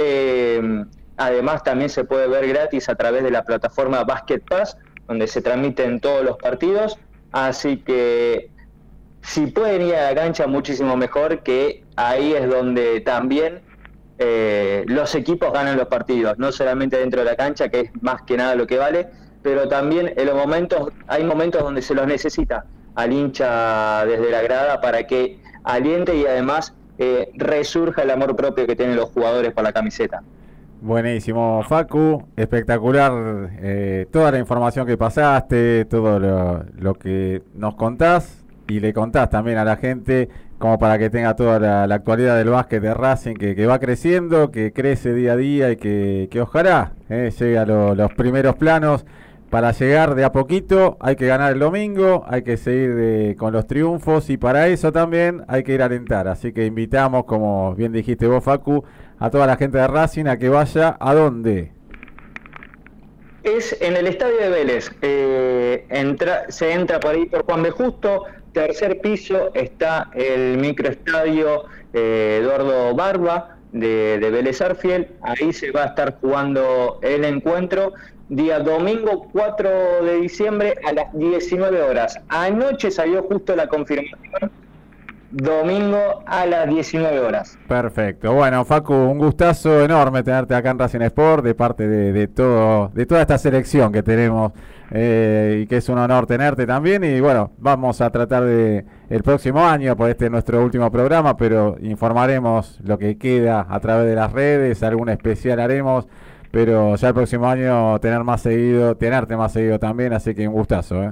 Además también se puede ver gratis a través de la plataforma Basket Pass, donde se transmiten todos los partidos, así que si pueden ir a la cancha muchísimo mejor, que ahí es donde también los equipos ganan los partidos, no solamente dentro de la cancha, que es más que nada lo que vale, pero también en los momentos, hay momentos donde se los necesita al hincha desde la grada para que aliente y además resurja el amor propio que tienen los jugadores por la camiseta. Buenísimo, Facu, espectacular toda la información que pasaste, todo lo que nos contás y le contás también a la gente, como para que tenga toda la actualidad del básquet de Racing, que va creciendo, que crece día a día y que ojalá llegue a los primeros planos. Para llegar de a poquito hay que ganar el domingo, hay que seguir con los triunfos y para eso también hay que ir a alentar. Así que invitamos, como bien dijiste vos, Facu, a toda la gente de Racing a que vaya. ¿A dónde? Es en el estadio de Vélez. Se entra por ahí por Juan B. Justo, tercer piso, está el microestadio Eduardo Barba de Vélez Arfiel. Ahí se va a estar jugando el encuentro. Día domingo 4 de diciembre a las 19 horas. Anoche salió justo la confirmación. Domingo a las 19 horas. Perfecto. Bueno, Facu, un gustazo enorme tenerte acá en Racing Sport, de parte de toda esta selección que tenemos, y que es un honor tenerte también. Y bueno, vamos a tratar el próximo año, por este nuestro último programa, pero informaremos lo que queda a través de las redes, algún especial haremos. Pero ya el próximo año tenerte más seguido también, así que un gustazo.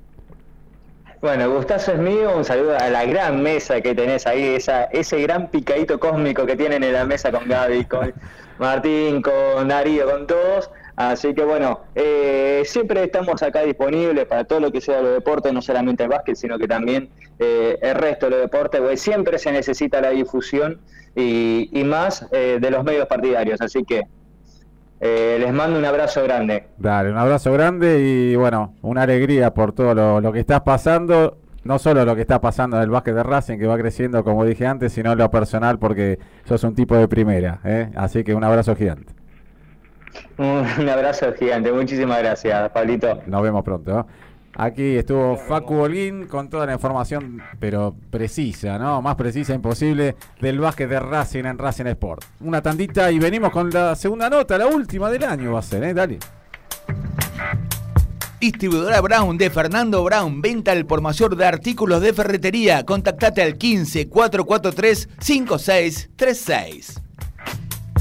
Bueno, el gustazo es mío, un saludo a la gran mesa que tenés ahí, ese gran picadito cósmico que tienen en la mesa con Gaby, con Martín, con Darío, con todos. Así que bueno, siempre estamos acá disponibles para todo lo que sea los deportes, no solamente el básquet, sino que también el resto de los deportes, porque siempre se necesita la difusión y más de los medios partidarios, así que les mando un abrazo grande. Dale, un abrazo grande y bueno, una alegría por todo lo que estás pasando, no solo lo que está pasando en el básquet de Racing, que va creciendo como dije antes, sino en lo personal, porque sos un tipo de primera, así que un abrazo gigante. Un abrazo gigante, muchísimas gracias, Pablito. Nos vemos pronto. Aquí estuvo Facu Holguín con toda la información, pero precisa, ¿no? Más precisa imposible, del básquet de Racing en Racing Sport. Una tandita y venimos con la segunda nota, la última del año va a ser, Dale. Distribuidora Brown de Fernando Brown, venta al por mayor de artículos de ferretería. Contactate al 15 443 5636.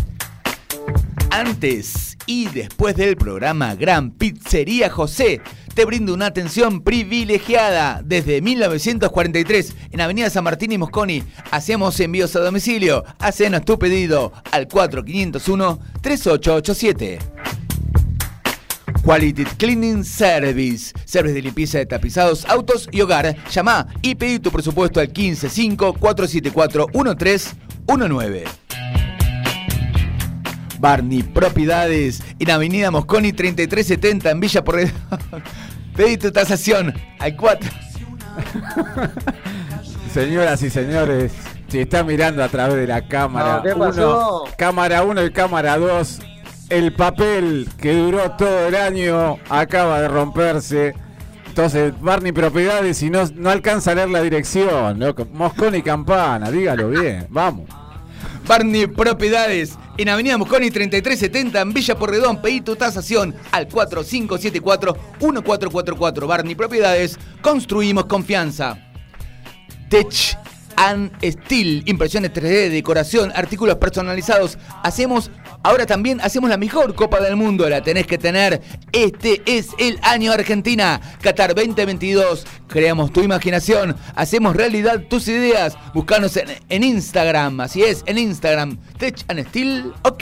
Antes y después del programa, Gran Pizzería José te brinda una atención privilegiada. Desde 1943, en Avenida San Martín y Mosconi, hacemos envíos a domicilio. Hacenos tu pedido al 4501-3887. Quality Cleaning Service. Service de limpieza de tapizados, autos y hogar. Llama y pedí tu presupuesto al 155-474-1319. Barney Propiedades, en Avenida Mosconi 3370 en Villa Porredón. Pedí tu tasación al 4. Señoras y señores, si está mirando a través de la cámara 1, cámara 1 y cámara 2, el papel que duró todo el año acaba de romperse. Entonces, Barney Propiedades, si no alcanza a leer la dirección, ¿no? Mosconi Campana, dígalo bien, vamos. Barney Propiedades, en Avenida Mosconi 3370 en Villa Porredón. Pedí tu tasación al 4574-1444. Barney Propiedades, construimos confianza. Tech and Steel, impresiones 3D, decoración, artículos personalizados. Ahora también hacemos la mejor Copa del Mundo, la tenés que tener. Este es el año Argentina, Qatar 2022. Creamos tu imaginación, hacemos realidad tus ideas. Búscanos en Instagram, así es, en Instagram, Tech and Steel, ok.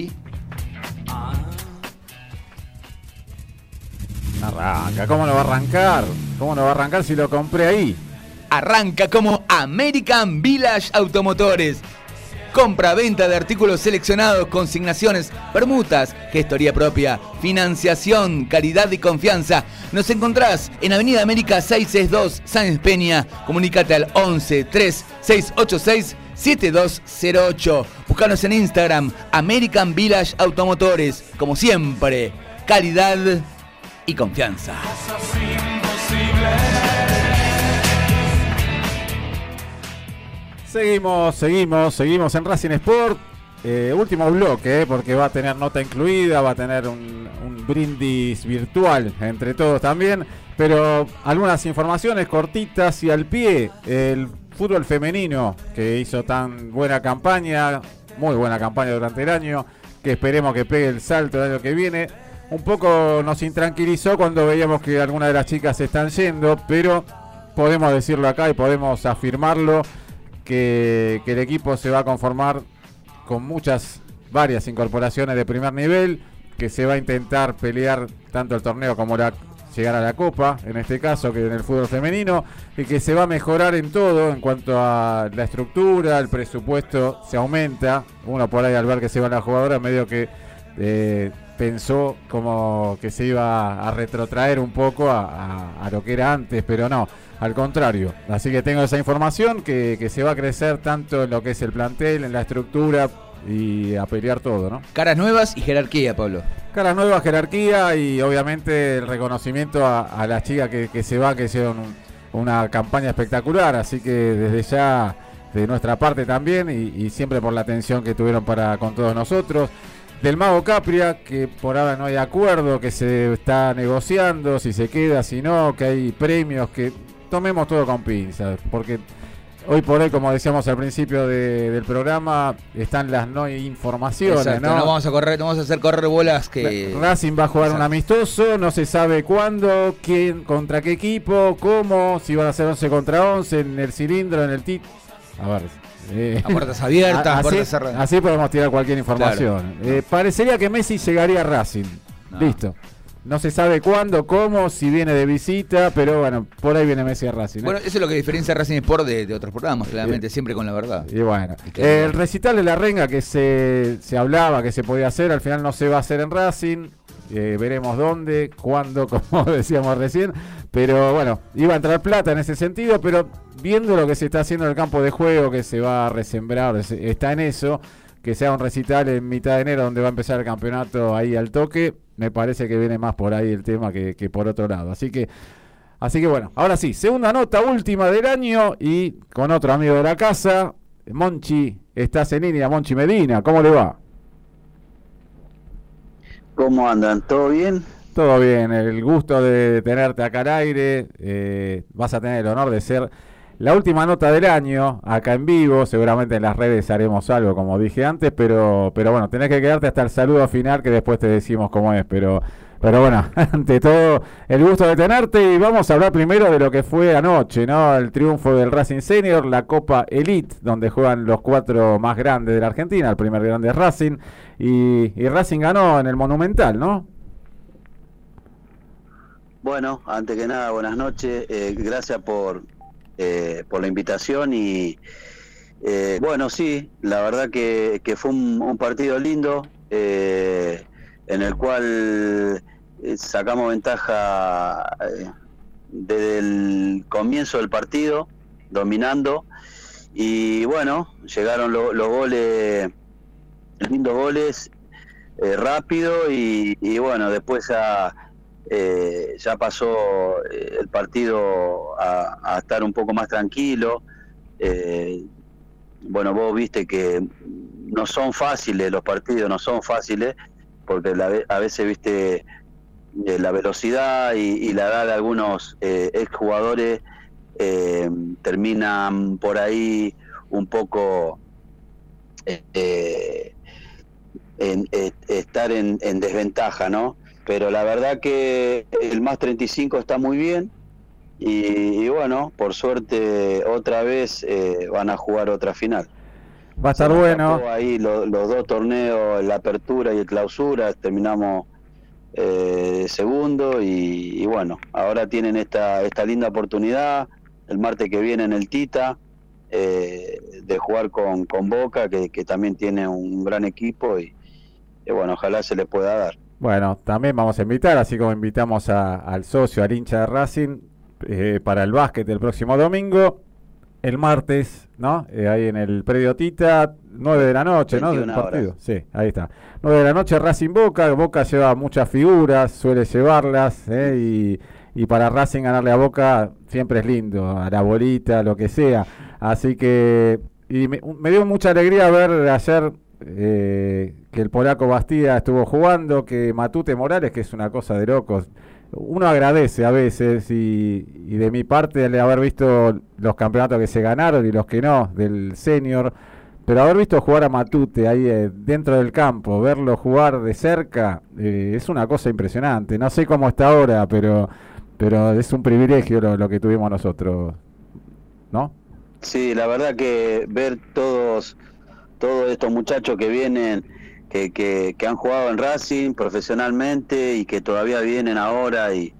Arranca, ¿cómo no va a arrancar? ¿Cómo no va a arrancar si lo compré ahí? Arranca como American Village Automotores. Compra-venta de artículos seleccionados, consignaciones, permutas, gestoría propia, financiación, calidad y confianza. Nos encontrás en Avenida América 662, Sáenz Peña. Comunicate al 11 3 686 7208. Búscanos en Instagram, American Village Automotores. Como siempre, calidad y confianza. Seguimos en Racing Sport. Último bloque, porque va a tener nota incluida, va a tener un brindis virtual entre todos también. Pero algunas informaciones cortitas y al pie. El fútbol femenino, que hizo tan buena campaña, muy buena campaña durante el año, que esperemos que pegue el salto el año que viene. Un poco nos intranquilizó cuando veíamos que algunas de las chicas se están yendo, pero podemos decirlo acá y podemos afirmarlo, que el equipo se va a conformar con varias incorporaciones de primer nivel, que se va a intentar pelear tanto el torneo como llegar a la Copa, en este caso, que en el fútbol femenino, y que se va a mejorar en todo, en cuanto a la estructura, el presupuesto se aumenta. Uno por ahí al ver que se van las jugadoras medio que pensó como que se iba a retrotraer un poco a lo que era antes, pero no, al contrario. Así que tengo esa información, que se va a crecer tanto en lo que es el plantel, en la estructura y a pelear todo, ¿no? Caras nuevas y jerarquía, Pablo. Caras nuevas, jerarquía y obviamente el reconocimiento a las chicas que se va, que hicieron una campaña espectacular. Así que desde ya, de nuestra parte también, y siempre por la atención que tuvieron con todos nosotros. Del Mago Capria, que por ahora no hay acuerdo, que se está negociando, si se queda, si no, que hay premios, que tomemos todo con pinzas, porque hoy por hoy, como decíamos al principio del programa, están las no informaciones. Exacto, ¿no? No vamos a hacer correr bolas que... Racing va a jugar un amistoso, no se sabe cuándo, quién, contra qué equipo, cómo, si van a ser 11 contra 11, en el cilindro, en el a ver... a puertas abiertas, puertas cerradas. Así podemos tirar cualquier información. Claro. Parecería que Messi llegaría a Racing. No. Listo. No se sabe cuándo, cómo, si viene de visita, pero bueno, por ahí viene Messi a Racing. Bueno, eso es lo que diferencia a Racing Sport de otros programas, claramente, siempre con la verdad. Y bueno, el recital de la renga que se hablaba que se podía hacer, al final no se va a hacer en Racing. Veremos dónde, cuándo, como decíamos recién. Pero bueno, iba a entrar plata en ese sentido, pero viendo lo que se está haciendo en el campo de juego, que se va a resembrar, está en eso, que sea un recital en mitad de enero donde va a empezar el campeonato ahí al toque, me parece que viene más por ahí el tema que por otro lado. Así que bueno, ahora sí, segunda nota, última del año, y con otro amigo de la casa, Monchi, estás en línea, Monchi Medina, ¿cómo le va? ¿Cómo andan? ¿Todo bien? Todo bien, el gusto de tenerte acá al aire. Vas a tener el honor de ser la última nota del año acá en vivo. Seguramente en las redes haremos algo, como dije antes, pero bueno, tenés que quedarte hasta el saludo final, que después te decimos cómo es. Pero Pero bueno, ante todo, el gusto de tenerte y vamos a hablar primero de lo que fue anoche, ¿no? El triunfo del Racing Senior, la Copa Elite, donde juegan los 4 más grandes de la Argentina, el primer grande es Racing, y Racing ganó en el Monumental, ¿no? Bueno, antes que nada, buenas noches. Gracias por la invitación y bueno, sí, la verdad que fue un partido lindo en el cual sacamos ventaja desde el comienzo del partido, dominando, y bueno, llegaron los goles, lindos goles, rápido, y bueno, después ya pasó el partido a estar un poco más tranquilo. Bueno, vos viste que no son fáciles los partidos, no son fáciles, porque a veces viste la velocidad y la edad de algunos exjugadores terminan por ahí un poco estar en desventaja, ¿no? Pero la verdad que el más 35 está muy bien y bueno, por suerte otra vez van a jugar otra final. Va a estar bueno. Ahí los 2 torneos, la apertura y el clausura, terminamos segundo y bueno, ahora tienen esta linda oportunidad el martes que viene en el Tita de jugar con Boca, que también tiene un gran equipo y bueno, ojalá se le pueda dar. Bueno, también vamos a invitar, así como invitamos al socio, al hincha de Racing, para el básquet el próximo domingo, el martes, ¿no? Ahí en el predio Tita, 9 de la noche, ¿no? Del partido. Horas. Sí, ahí está. 9 de la noche, Racing Boca. Boca lleva muchas figuras, suele llevarlas, y para Racing ganarle a Boca siempre es lindo, a la bolita, lo que sea. Así que y me dio mucha alegría ver ayer que el polaco Bastida estuvo jugando, que Matute Morales, que es una cosa de locos. Uno agradece a veces y de mi parte el haber visto los campeonatos que se ganaron y los que no, del senior, pero haber visto jugar a Matute ahí dentro del campo, verlo jugar de cerca, es una cosa impresionante. No sé cómo está ahora, pero es un privilegio lo que tuvimos nosotros, ¿no? Sí, la verdad que ver todos estos muchachos que vienen, que han jugado en Racing profesionalmente y que todavía vienen ahora y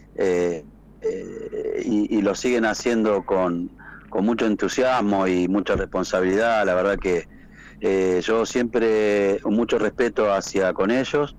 lo siguen haciendo con mucho entusiasmo y mucha responsabilidad. La verdad que yo siempre mucho respeto con ellos.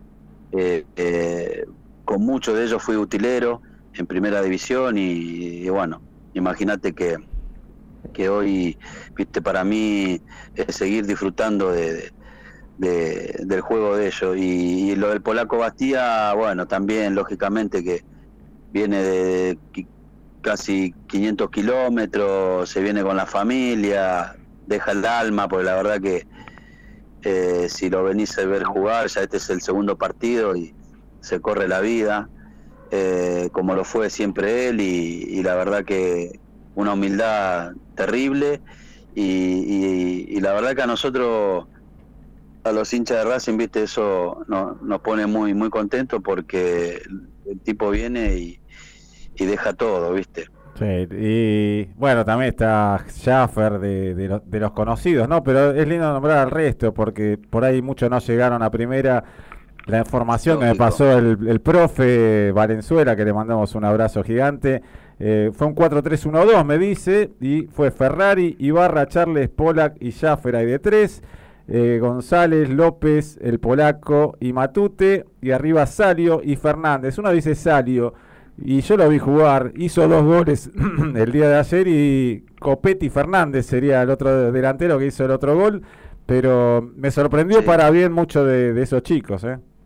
Con muchos de ellos fui utilero en primera división y bueno, imagínate que hoy, viste, para mí es seguir disfrutando del juego de ellos. Y lo del polaco Bastía, bueno, también lógicamente que viene de casi 500 kilómetros, se viene con la familia, deja el alma, porque la verdad que si lo venís a ver jugar, ya este es el segundo partido y se corre la vida, como lo fue siempre él, y la verdad que una humildad terrible, y la verdad que a nosotros, a los hinchas de Racing, viste, eso nos pone muy muy contentos, porque el tipo viene y deja todo, viste. Sí, y bueno, también está Schaffer de los conocidos, ¿no? Pero es lindo nombrar al resto, porque por ahí muchos no llegaron a primera. La información que me pasó el profe Valenzuela, que le mandamos un abrazo gigante, fue un 4-3-1-2, me dice, y fue Ferrari, Ibarra, Charles, Pollack y Schaffer ahí de 3, González, López, el polaco y Matute, y arriba Salio y Fernández. Uno dice Salio, y yo lo vi jugar, hizo 2 goles el día de ayer, y Copetti Fernández sería el otro delantero que hizo el otro gol, pero me sorprendió para bien mucho de esos chicos,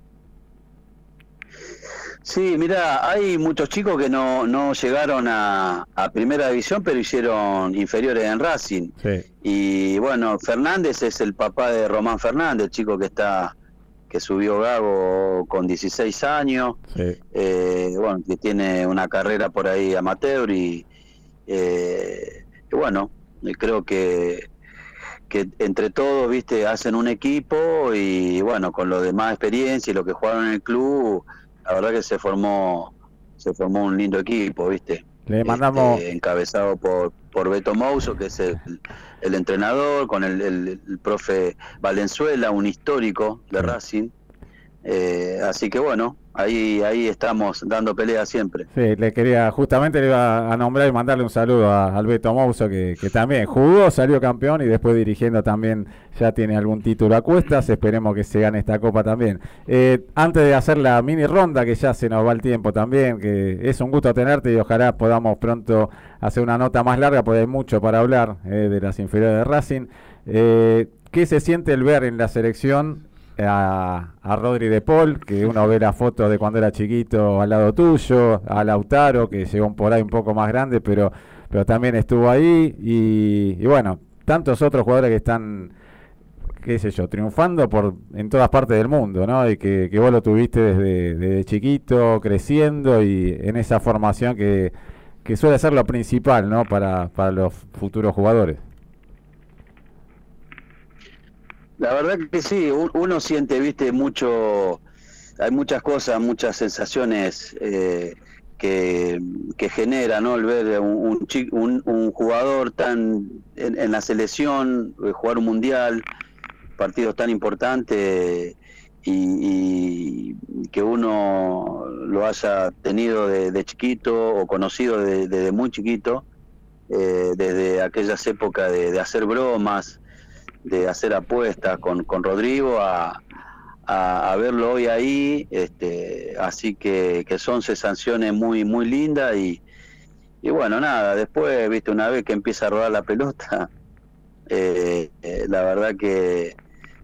Sí, mira, hay muchos chicos que no llegaron a primera división, pero hicieron inferiores en Racing. Sí. Y bueno, Fernández es el papá de Román Fernández, chico que subió Gago con 16 años, sí. Bueno, que tiene una carrera por ahí amateur y bueno, creo que entre todos, viste, hacen un equipo, y bueno, con lo de más experiencia y lo que jugaron en el club, la verdad que se formó un lindo equipo, ¿viste? Le mandamos... encabezado por Beto Mouso, que es el entrenador, con el profe Valenzuela, un histórico de Racing. Así que bueno, ahí estamos dando pelea siempre. Sí, justamente le iba a nombrar y mandarle un saludo al Beto Mouso, que también jugó, salió campeón y después dirigiendo también ya tiene algún título a cuestas. Esperemos que se gane esta copa también. Antes de hacer la mini ronda, que ya se nos va el tiempo también, que es un gusto tenerte y ojalá podamos pronto hacer una nota más larga, porque hay mucho para hablar de las inferiores de Racing. ¿Qué se siente el ver en la selección a Rodri de Paul, que uno ve las fotos de cuando era chiquito al lado tuyo, a Lautaro, que llegó por ahí un poco más grande, pero también estuvo ahí, y bueno, tantos otros jugadores que están, qué sé yo, triunfando en todas partes del mundo, ¿no? Y que vos lo tuviste desde chiquito, creciendo, y en esa formación que suele ser lo principal, ¿no? Para los futuros jugadores. La verdad que sí, uno siente, viste, mucho, hay muchas cosas, muchas sensaciones que genera, ¿no? El ver un jugador tan en la selección, jugar un mundial, partidos tan importantes, y que uno lo haya tenido de chiquito o conocido desde muy chiquito, desde aquellas épocas de hacer bromas, de hacer apuestas con Rodrigo, a verlo hoy ahí, así que son sensaciones muy muy lindas, y bueno, nada, después, viste, una vez que empieza a rodar la pelota, la verdad que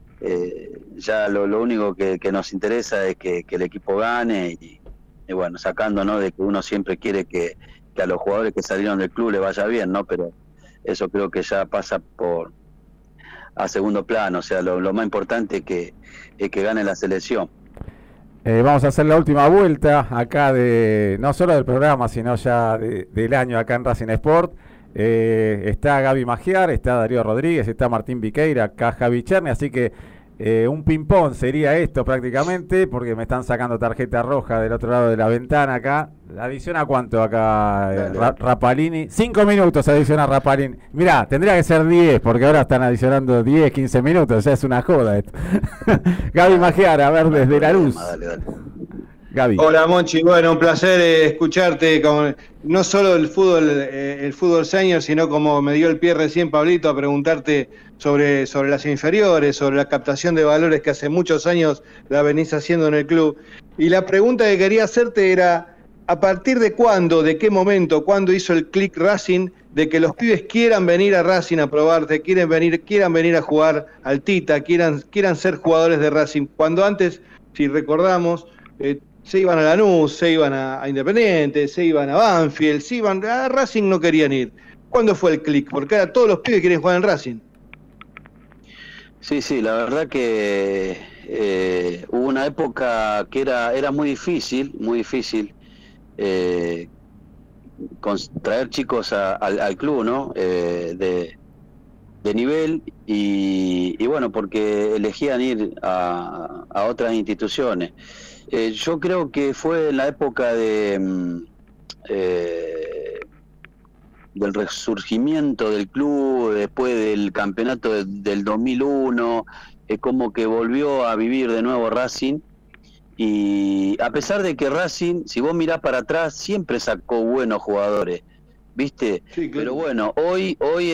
ya lo único que nos interesa es que el equipo gane, y bueno, sacando, ¿no?, de que uno siempre quiere que a los jugadores que salieron del club les vaya bien, ¿no? Pero eso creo que ya pasa a segundo plano. O sea, lo más importante es que gane la selección. Vamos a hacer la última vuelta acá, no solo del programa, sino ya del año acá en Racing Sport. Está Gaby Magiar, está Darío Rodríguez, está Martín Viqueira, acá Javi Cherny, así que un ping-pong sería esto prácticamente, porque me están sacando tarjeta roja del otro lado de la ventana acá. ¿Adiciona cuánto acá Rapalini? 5 minutos adiciona Rapalini. Mirá, tendría que ser 10, porque ahora están adicionando 10, 15 minutos, o sea, es una joda esto. Gaby Magiar, a ver, desde la luz. Dale. Gaby. Hola Monchi, bueno, un placer escucharte con no solo el fútbol senior, sino como me dio el pie recién Pablito a preguntarte sobre las inferiores, sobre la captación de valores que hace muchos años la venís haciendo en el club. Y la pregunta que quería hacerte era, ¿a partir de cuándo, de qué momento, cuándo hizo el click Racing de que los pibes quieran venir a Racing a probarte, quieran venir a jugar al Tita, quieran ser jugadores de Racing? Cuando antes, si recordamos, se iban a Lanús, se iban a Independiente, se iban a Banfield, se iban a Racing, no querían ir. ¿Cuándo fue el click? Porque ahora todos los pibes quieren jugar en Racing. Sí, la verdad que hubo una época que era muy difícil traer chicos al club, ¿no? De nivel, y bueno, porque elegían ir a otras instituciones. Yo creo que fue en la época del resurgimiento del club, después del campeonato del 2001, como que volvió a vivir de nuevo Racing, y a pesar de que Racing, si vos mirás para atrás, siempre sacó buenos jugadores, ¿viste? Sí, claro. Pero bueno, hoy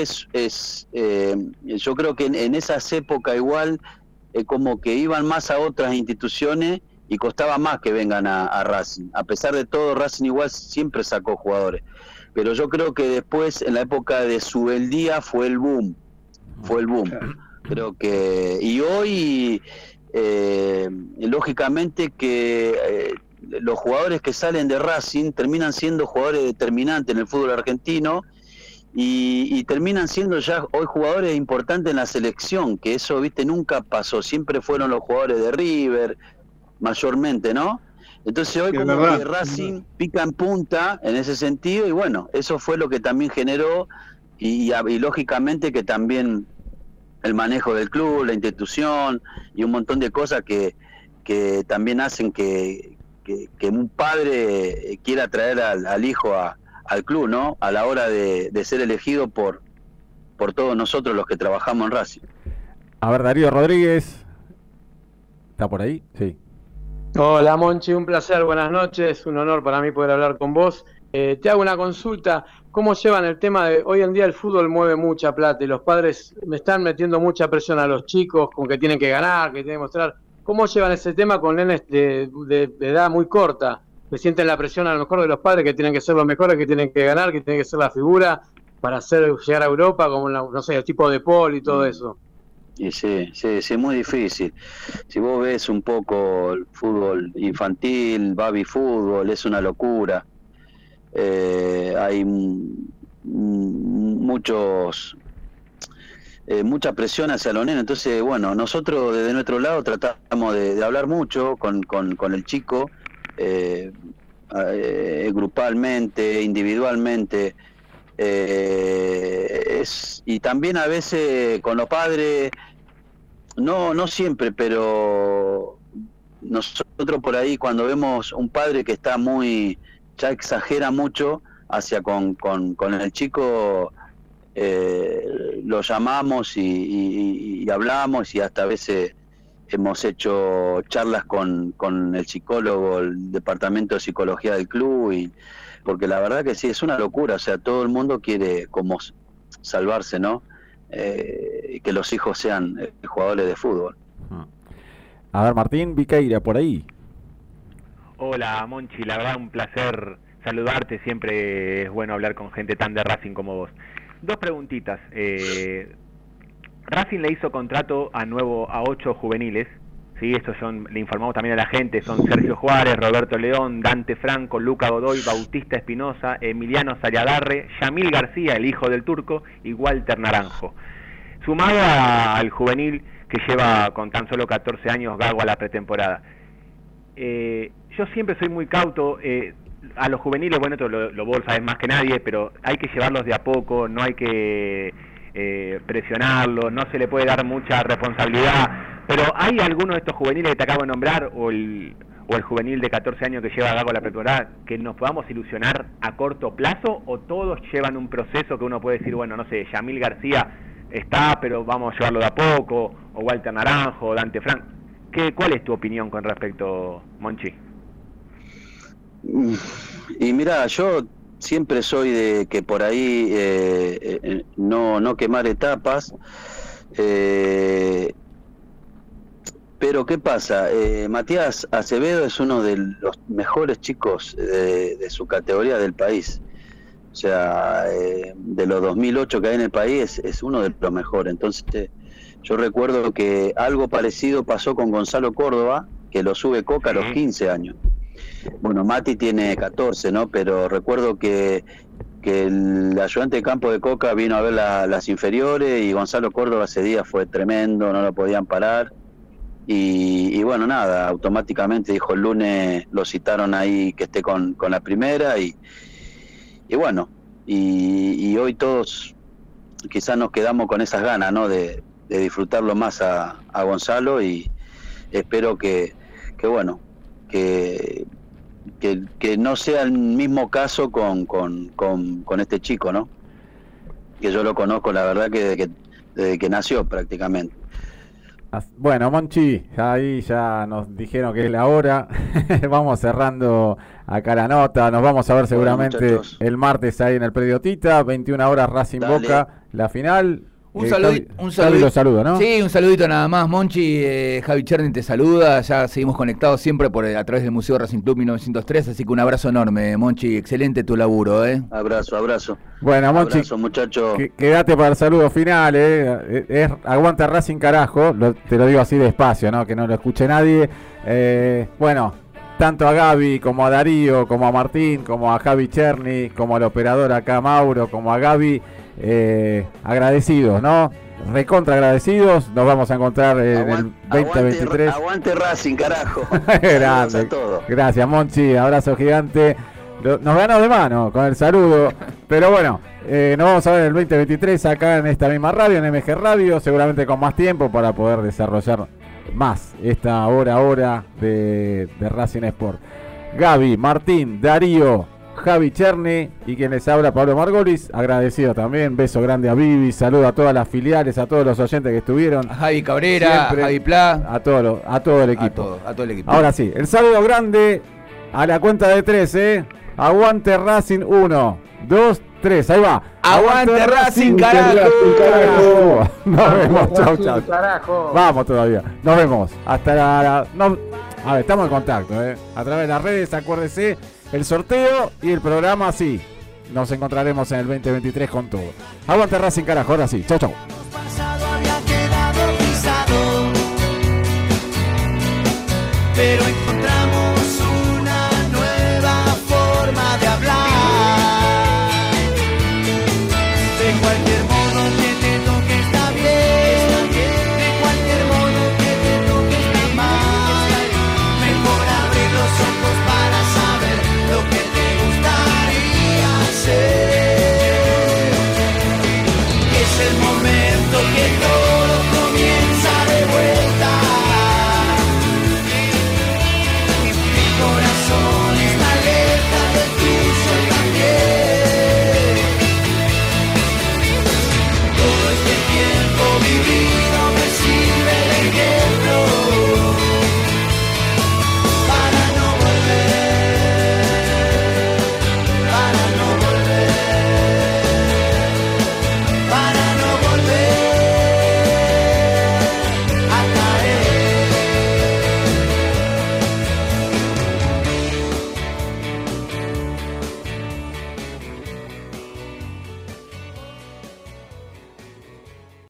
yo creo que en esas épocas igual, como que iban más a otras instituciones, y costaba más que vengan a Racing. A pesar de todo, Racing igual siempre sacó jugadores. Pero yo creo que después, en la época de Subeldía, fue el boom. Creo que... Y hoy, lógicamente que los jugadores que salen de Racing terminan siendo jugadores determinantes en el fútbol argentino, y terminan siendo ya hoy jugadores importantes en la selección, que eso, viste, nunca pasó. Siempre fueron los jugadores de River, mayormente, ¿no? Entonces hoy como que Racing pica en punta en ese sentido, y bueno, eso fue lo que también generó, y lógicamente que también el manejo del club, la institución y un montón de cosas que también hacen que que un padre quiera traer al hijo al club, ¿no? A la hora de ser elegido por todos nosotros los que trabajamos en Racing. A ver, Darío Rodríguez, ¿está por ahí? Sí. Hola Monchi, un placer, buenas noches, un honor para mí poder hablar con vos. Te hago una consulta, ¿cómo llevan el tema de hoy en día el fútbol mueve mucha plata y los padres me están metiendo mucha presión a los chicos con que tienen que ganar, que tienen que mostrar? ¿Cómo llevan ese tema con nenes de edad muy corta? ¿Me sienten la presión a lo mejor de los padres que tienen que ser los mejores, que tienen que ganar, que tienen que ser la figura para llegar a Europa, como no sé, el tipo de Paul y todo eso? Y sí, muy difícil. Si vos ves un poco el fútbol infantil, baby fútbol, es una locura. Hay mucha presión hacia los nenes. Entonces, bueno, nosotros desde nuestro lado tratamos de hablar mucho con el chico, grupalmente, individualmente. Y también a veces con los padres, no siempre, pero nosotros por ahí cuando vemos un padre que está ya exagera mucho hacia con el chico, lo llamamos y hablamos, y hasta a veces hemos hecho charlas con el psicólogo, el departamento de psicología del club, porque la verdad que sí, es una locura. O sea, todo el mundo quiere como salvarse, ¿no? Que los hijos sean jugadores de fútbol. A ver, Martín Viqueira, por ahí. Hola, Monchi, la verdad un placer saludarte, siempre es bueno hablar con gente tan de Racing como vos. Dos preguntitas. Racing le hizo contrato a 8 juveniles, ¿sí? Estos le informamos también a la gente, son Sergio Juárez, Roberto León, Dante Franco, Luca Godoy, Bautista Espinosa, Emiliano Sayadarre, Yamil García, el hijo del turco, y Walter Naranjo. Sumado al juvenil que lleva con tan solo 14 años Gago a la pretemporada. Yo siempre soy muy cauto, a los juveniles, bueno, esto lo vos sabés más que nadie, pero hay que llevarlos de a poco, no hay que presionarlos, no se le puede dar mucha responsabilidad, pero ¿hay alguno de estos juveniles que te acabo de nombrar, o el juvenil de 14 años que lleva a Gago a la pretemporada, que nos podamos ilusionar a corto plazo, o todos llevan un proceso que uno puede decir, bueno, no sé, Yamil García está, pero vamos a llevarlo de a poco, o Walter Naranjo, o Dante Franco? ¿Cuál es tu opinión con respecto, Monchi? Y mira, yo siempre soy de que por ahí no quemar etapas, pero ¿qué pasa? Matías Acevedo es uno de los mejores chicos de su categoría del país. O sea, de los 2008 que hay en el país, es uno de los mejores. Entonces, yo recuerdo que algo parecido pasó con Gonzalo Córdoba, que lo sube Coca a los 15 años. Bueno, Mati tiene 14, ¿no? Pero recuerdo que el ayudante de campo de Coca vino a ver las inferiores, y Gonzalo Córdoba ese día fue tremendo, no lo podían parar. Y bueno, nada, automáticamente dijo el lunes, lo citaron ahí que esté con la primera, y bueno, y hoy todos quizás nos quedamos con esas ganas, ¿no? De disfrutarlo más a Gonzalo, y espero que bueno, que no sea el mismo caso con este chico, ¿no? Que yo lo conozco, la verdad, que desde que nació prácticamente. Bueno, Monchi, ahí ya nos dijeron que es la hora. Vamos cerrando acá la nota. Nos vamos a ver seguramente el martes ahí en el Predio Tita, 21 horas, Racing Boca, la final. Un saludito, saludo, ¿no? Sí, un saludito nada más, Monchi. Javi Cherny te saluda. Ya seguimos conectados siempre a través del Museo Racing Club 1903. Así que un abrazo enorme, Monchi. Excelente tu laburo, Abrazo. Bueno, Monchi, muchachos. Quédate para el saludo final, aguanta Racing, carajo. Te lo digo así despacio, ¿no? Que no lo escuche nadie. Bueno, tanto a Gaby, como a Darío, como a Martín, como a Javi Cherny, como al operador acá, Mauro, como a Gaby. Agradecidos, ¿no? Recontra agradecidos. Nos vamos a encontrar en el 2023. Aguante Racing, carajo. Grande. Gracias, Monchi. Abrazo gigante. Nos ganó de mano con el saludo. Pero bueno, nos vamos a ver en el 2023 acá en esta misma radio, en MG Radio, seguramente con más tiempo para poder desarrollar más esta hora de Racing Sport. Gaby, Martín, Darío, Javi Cherny y quien les habla, Pablo Margolis. Agradecido también, beso grande a Vivi, saludo a todas las filiales, a todos los oyentes que estuvieron. A Javi Cabrera, siempre, a Javi Pla. a todo el equipo. A todo el equipo. Ahora sí, el saludo grande a la cuenta de 3, Aguante Racing 1, 2, 3, ahí va. Aguante Racing, carajo. Nos vemos, chau. Carajo. Vamos todavía, nos vemos. Hasta a ver, estamos en contacto, a través de las redes, acuérdese, el sorteo y el programa, sí. Nos encontraremos en el 2023 con todo. Aguante Racing, carajo, ahora sí. Chau. Pasado había quedado pisado, pero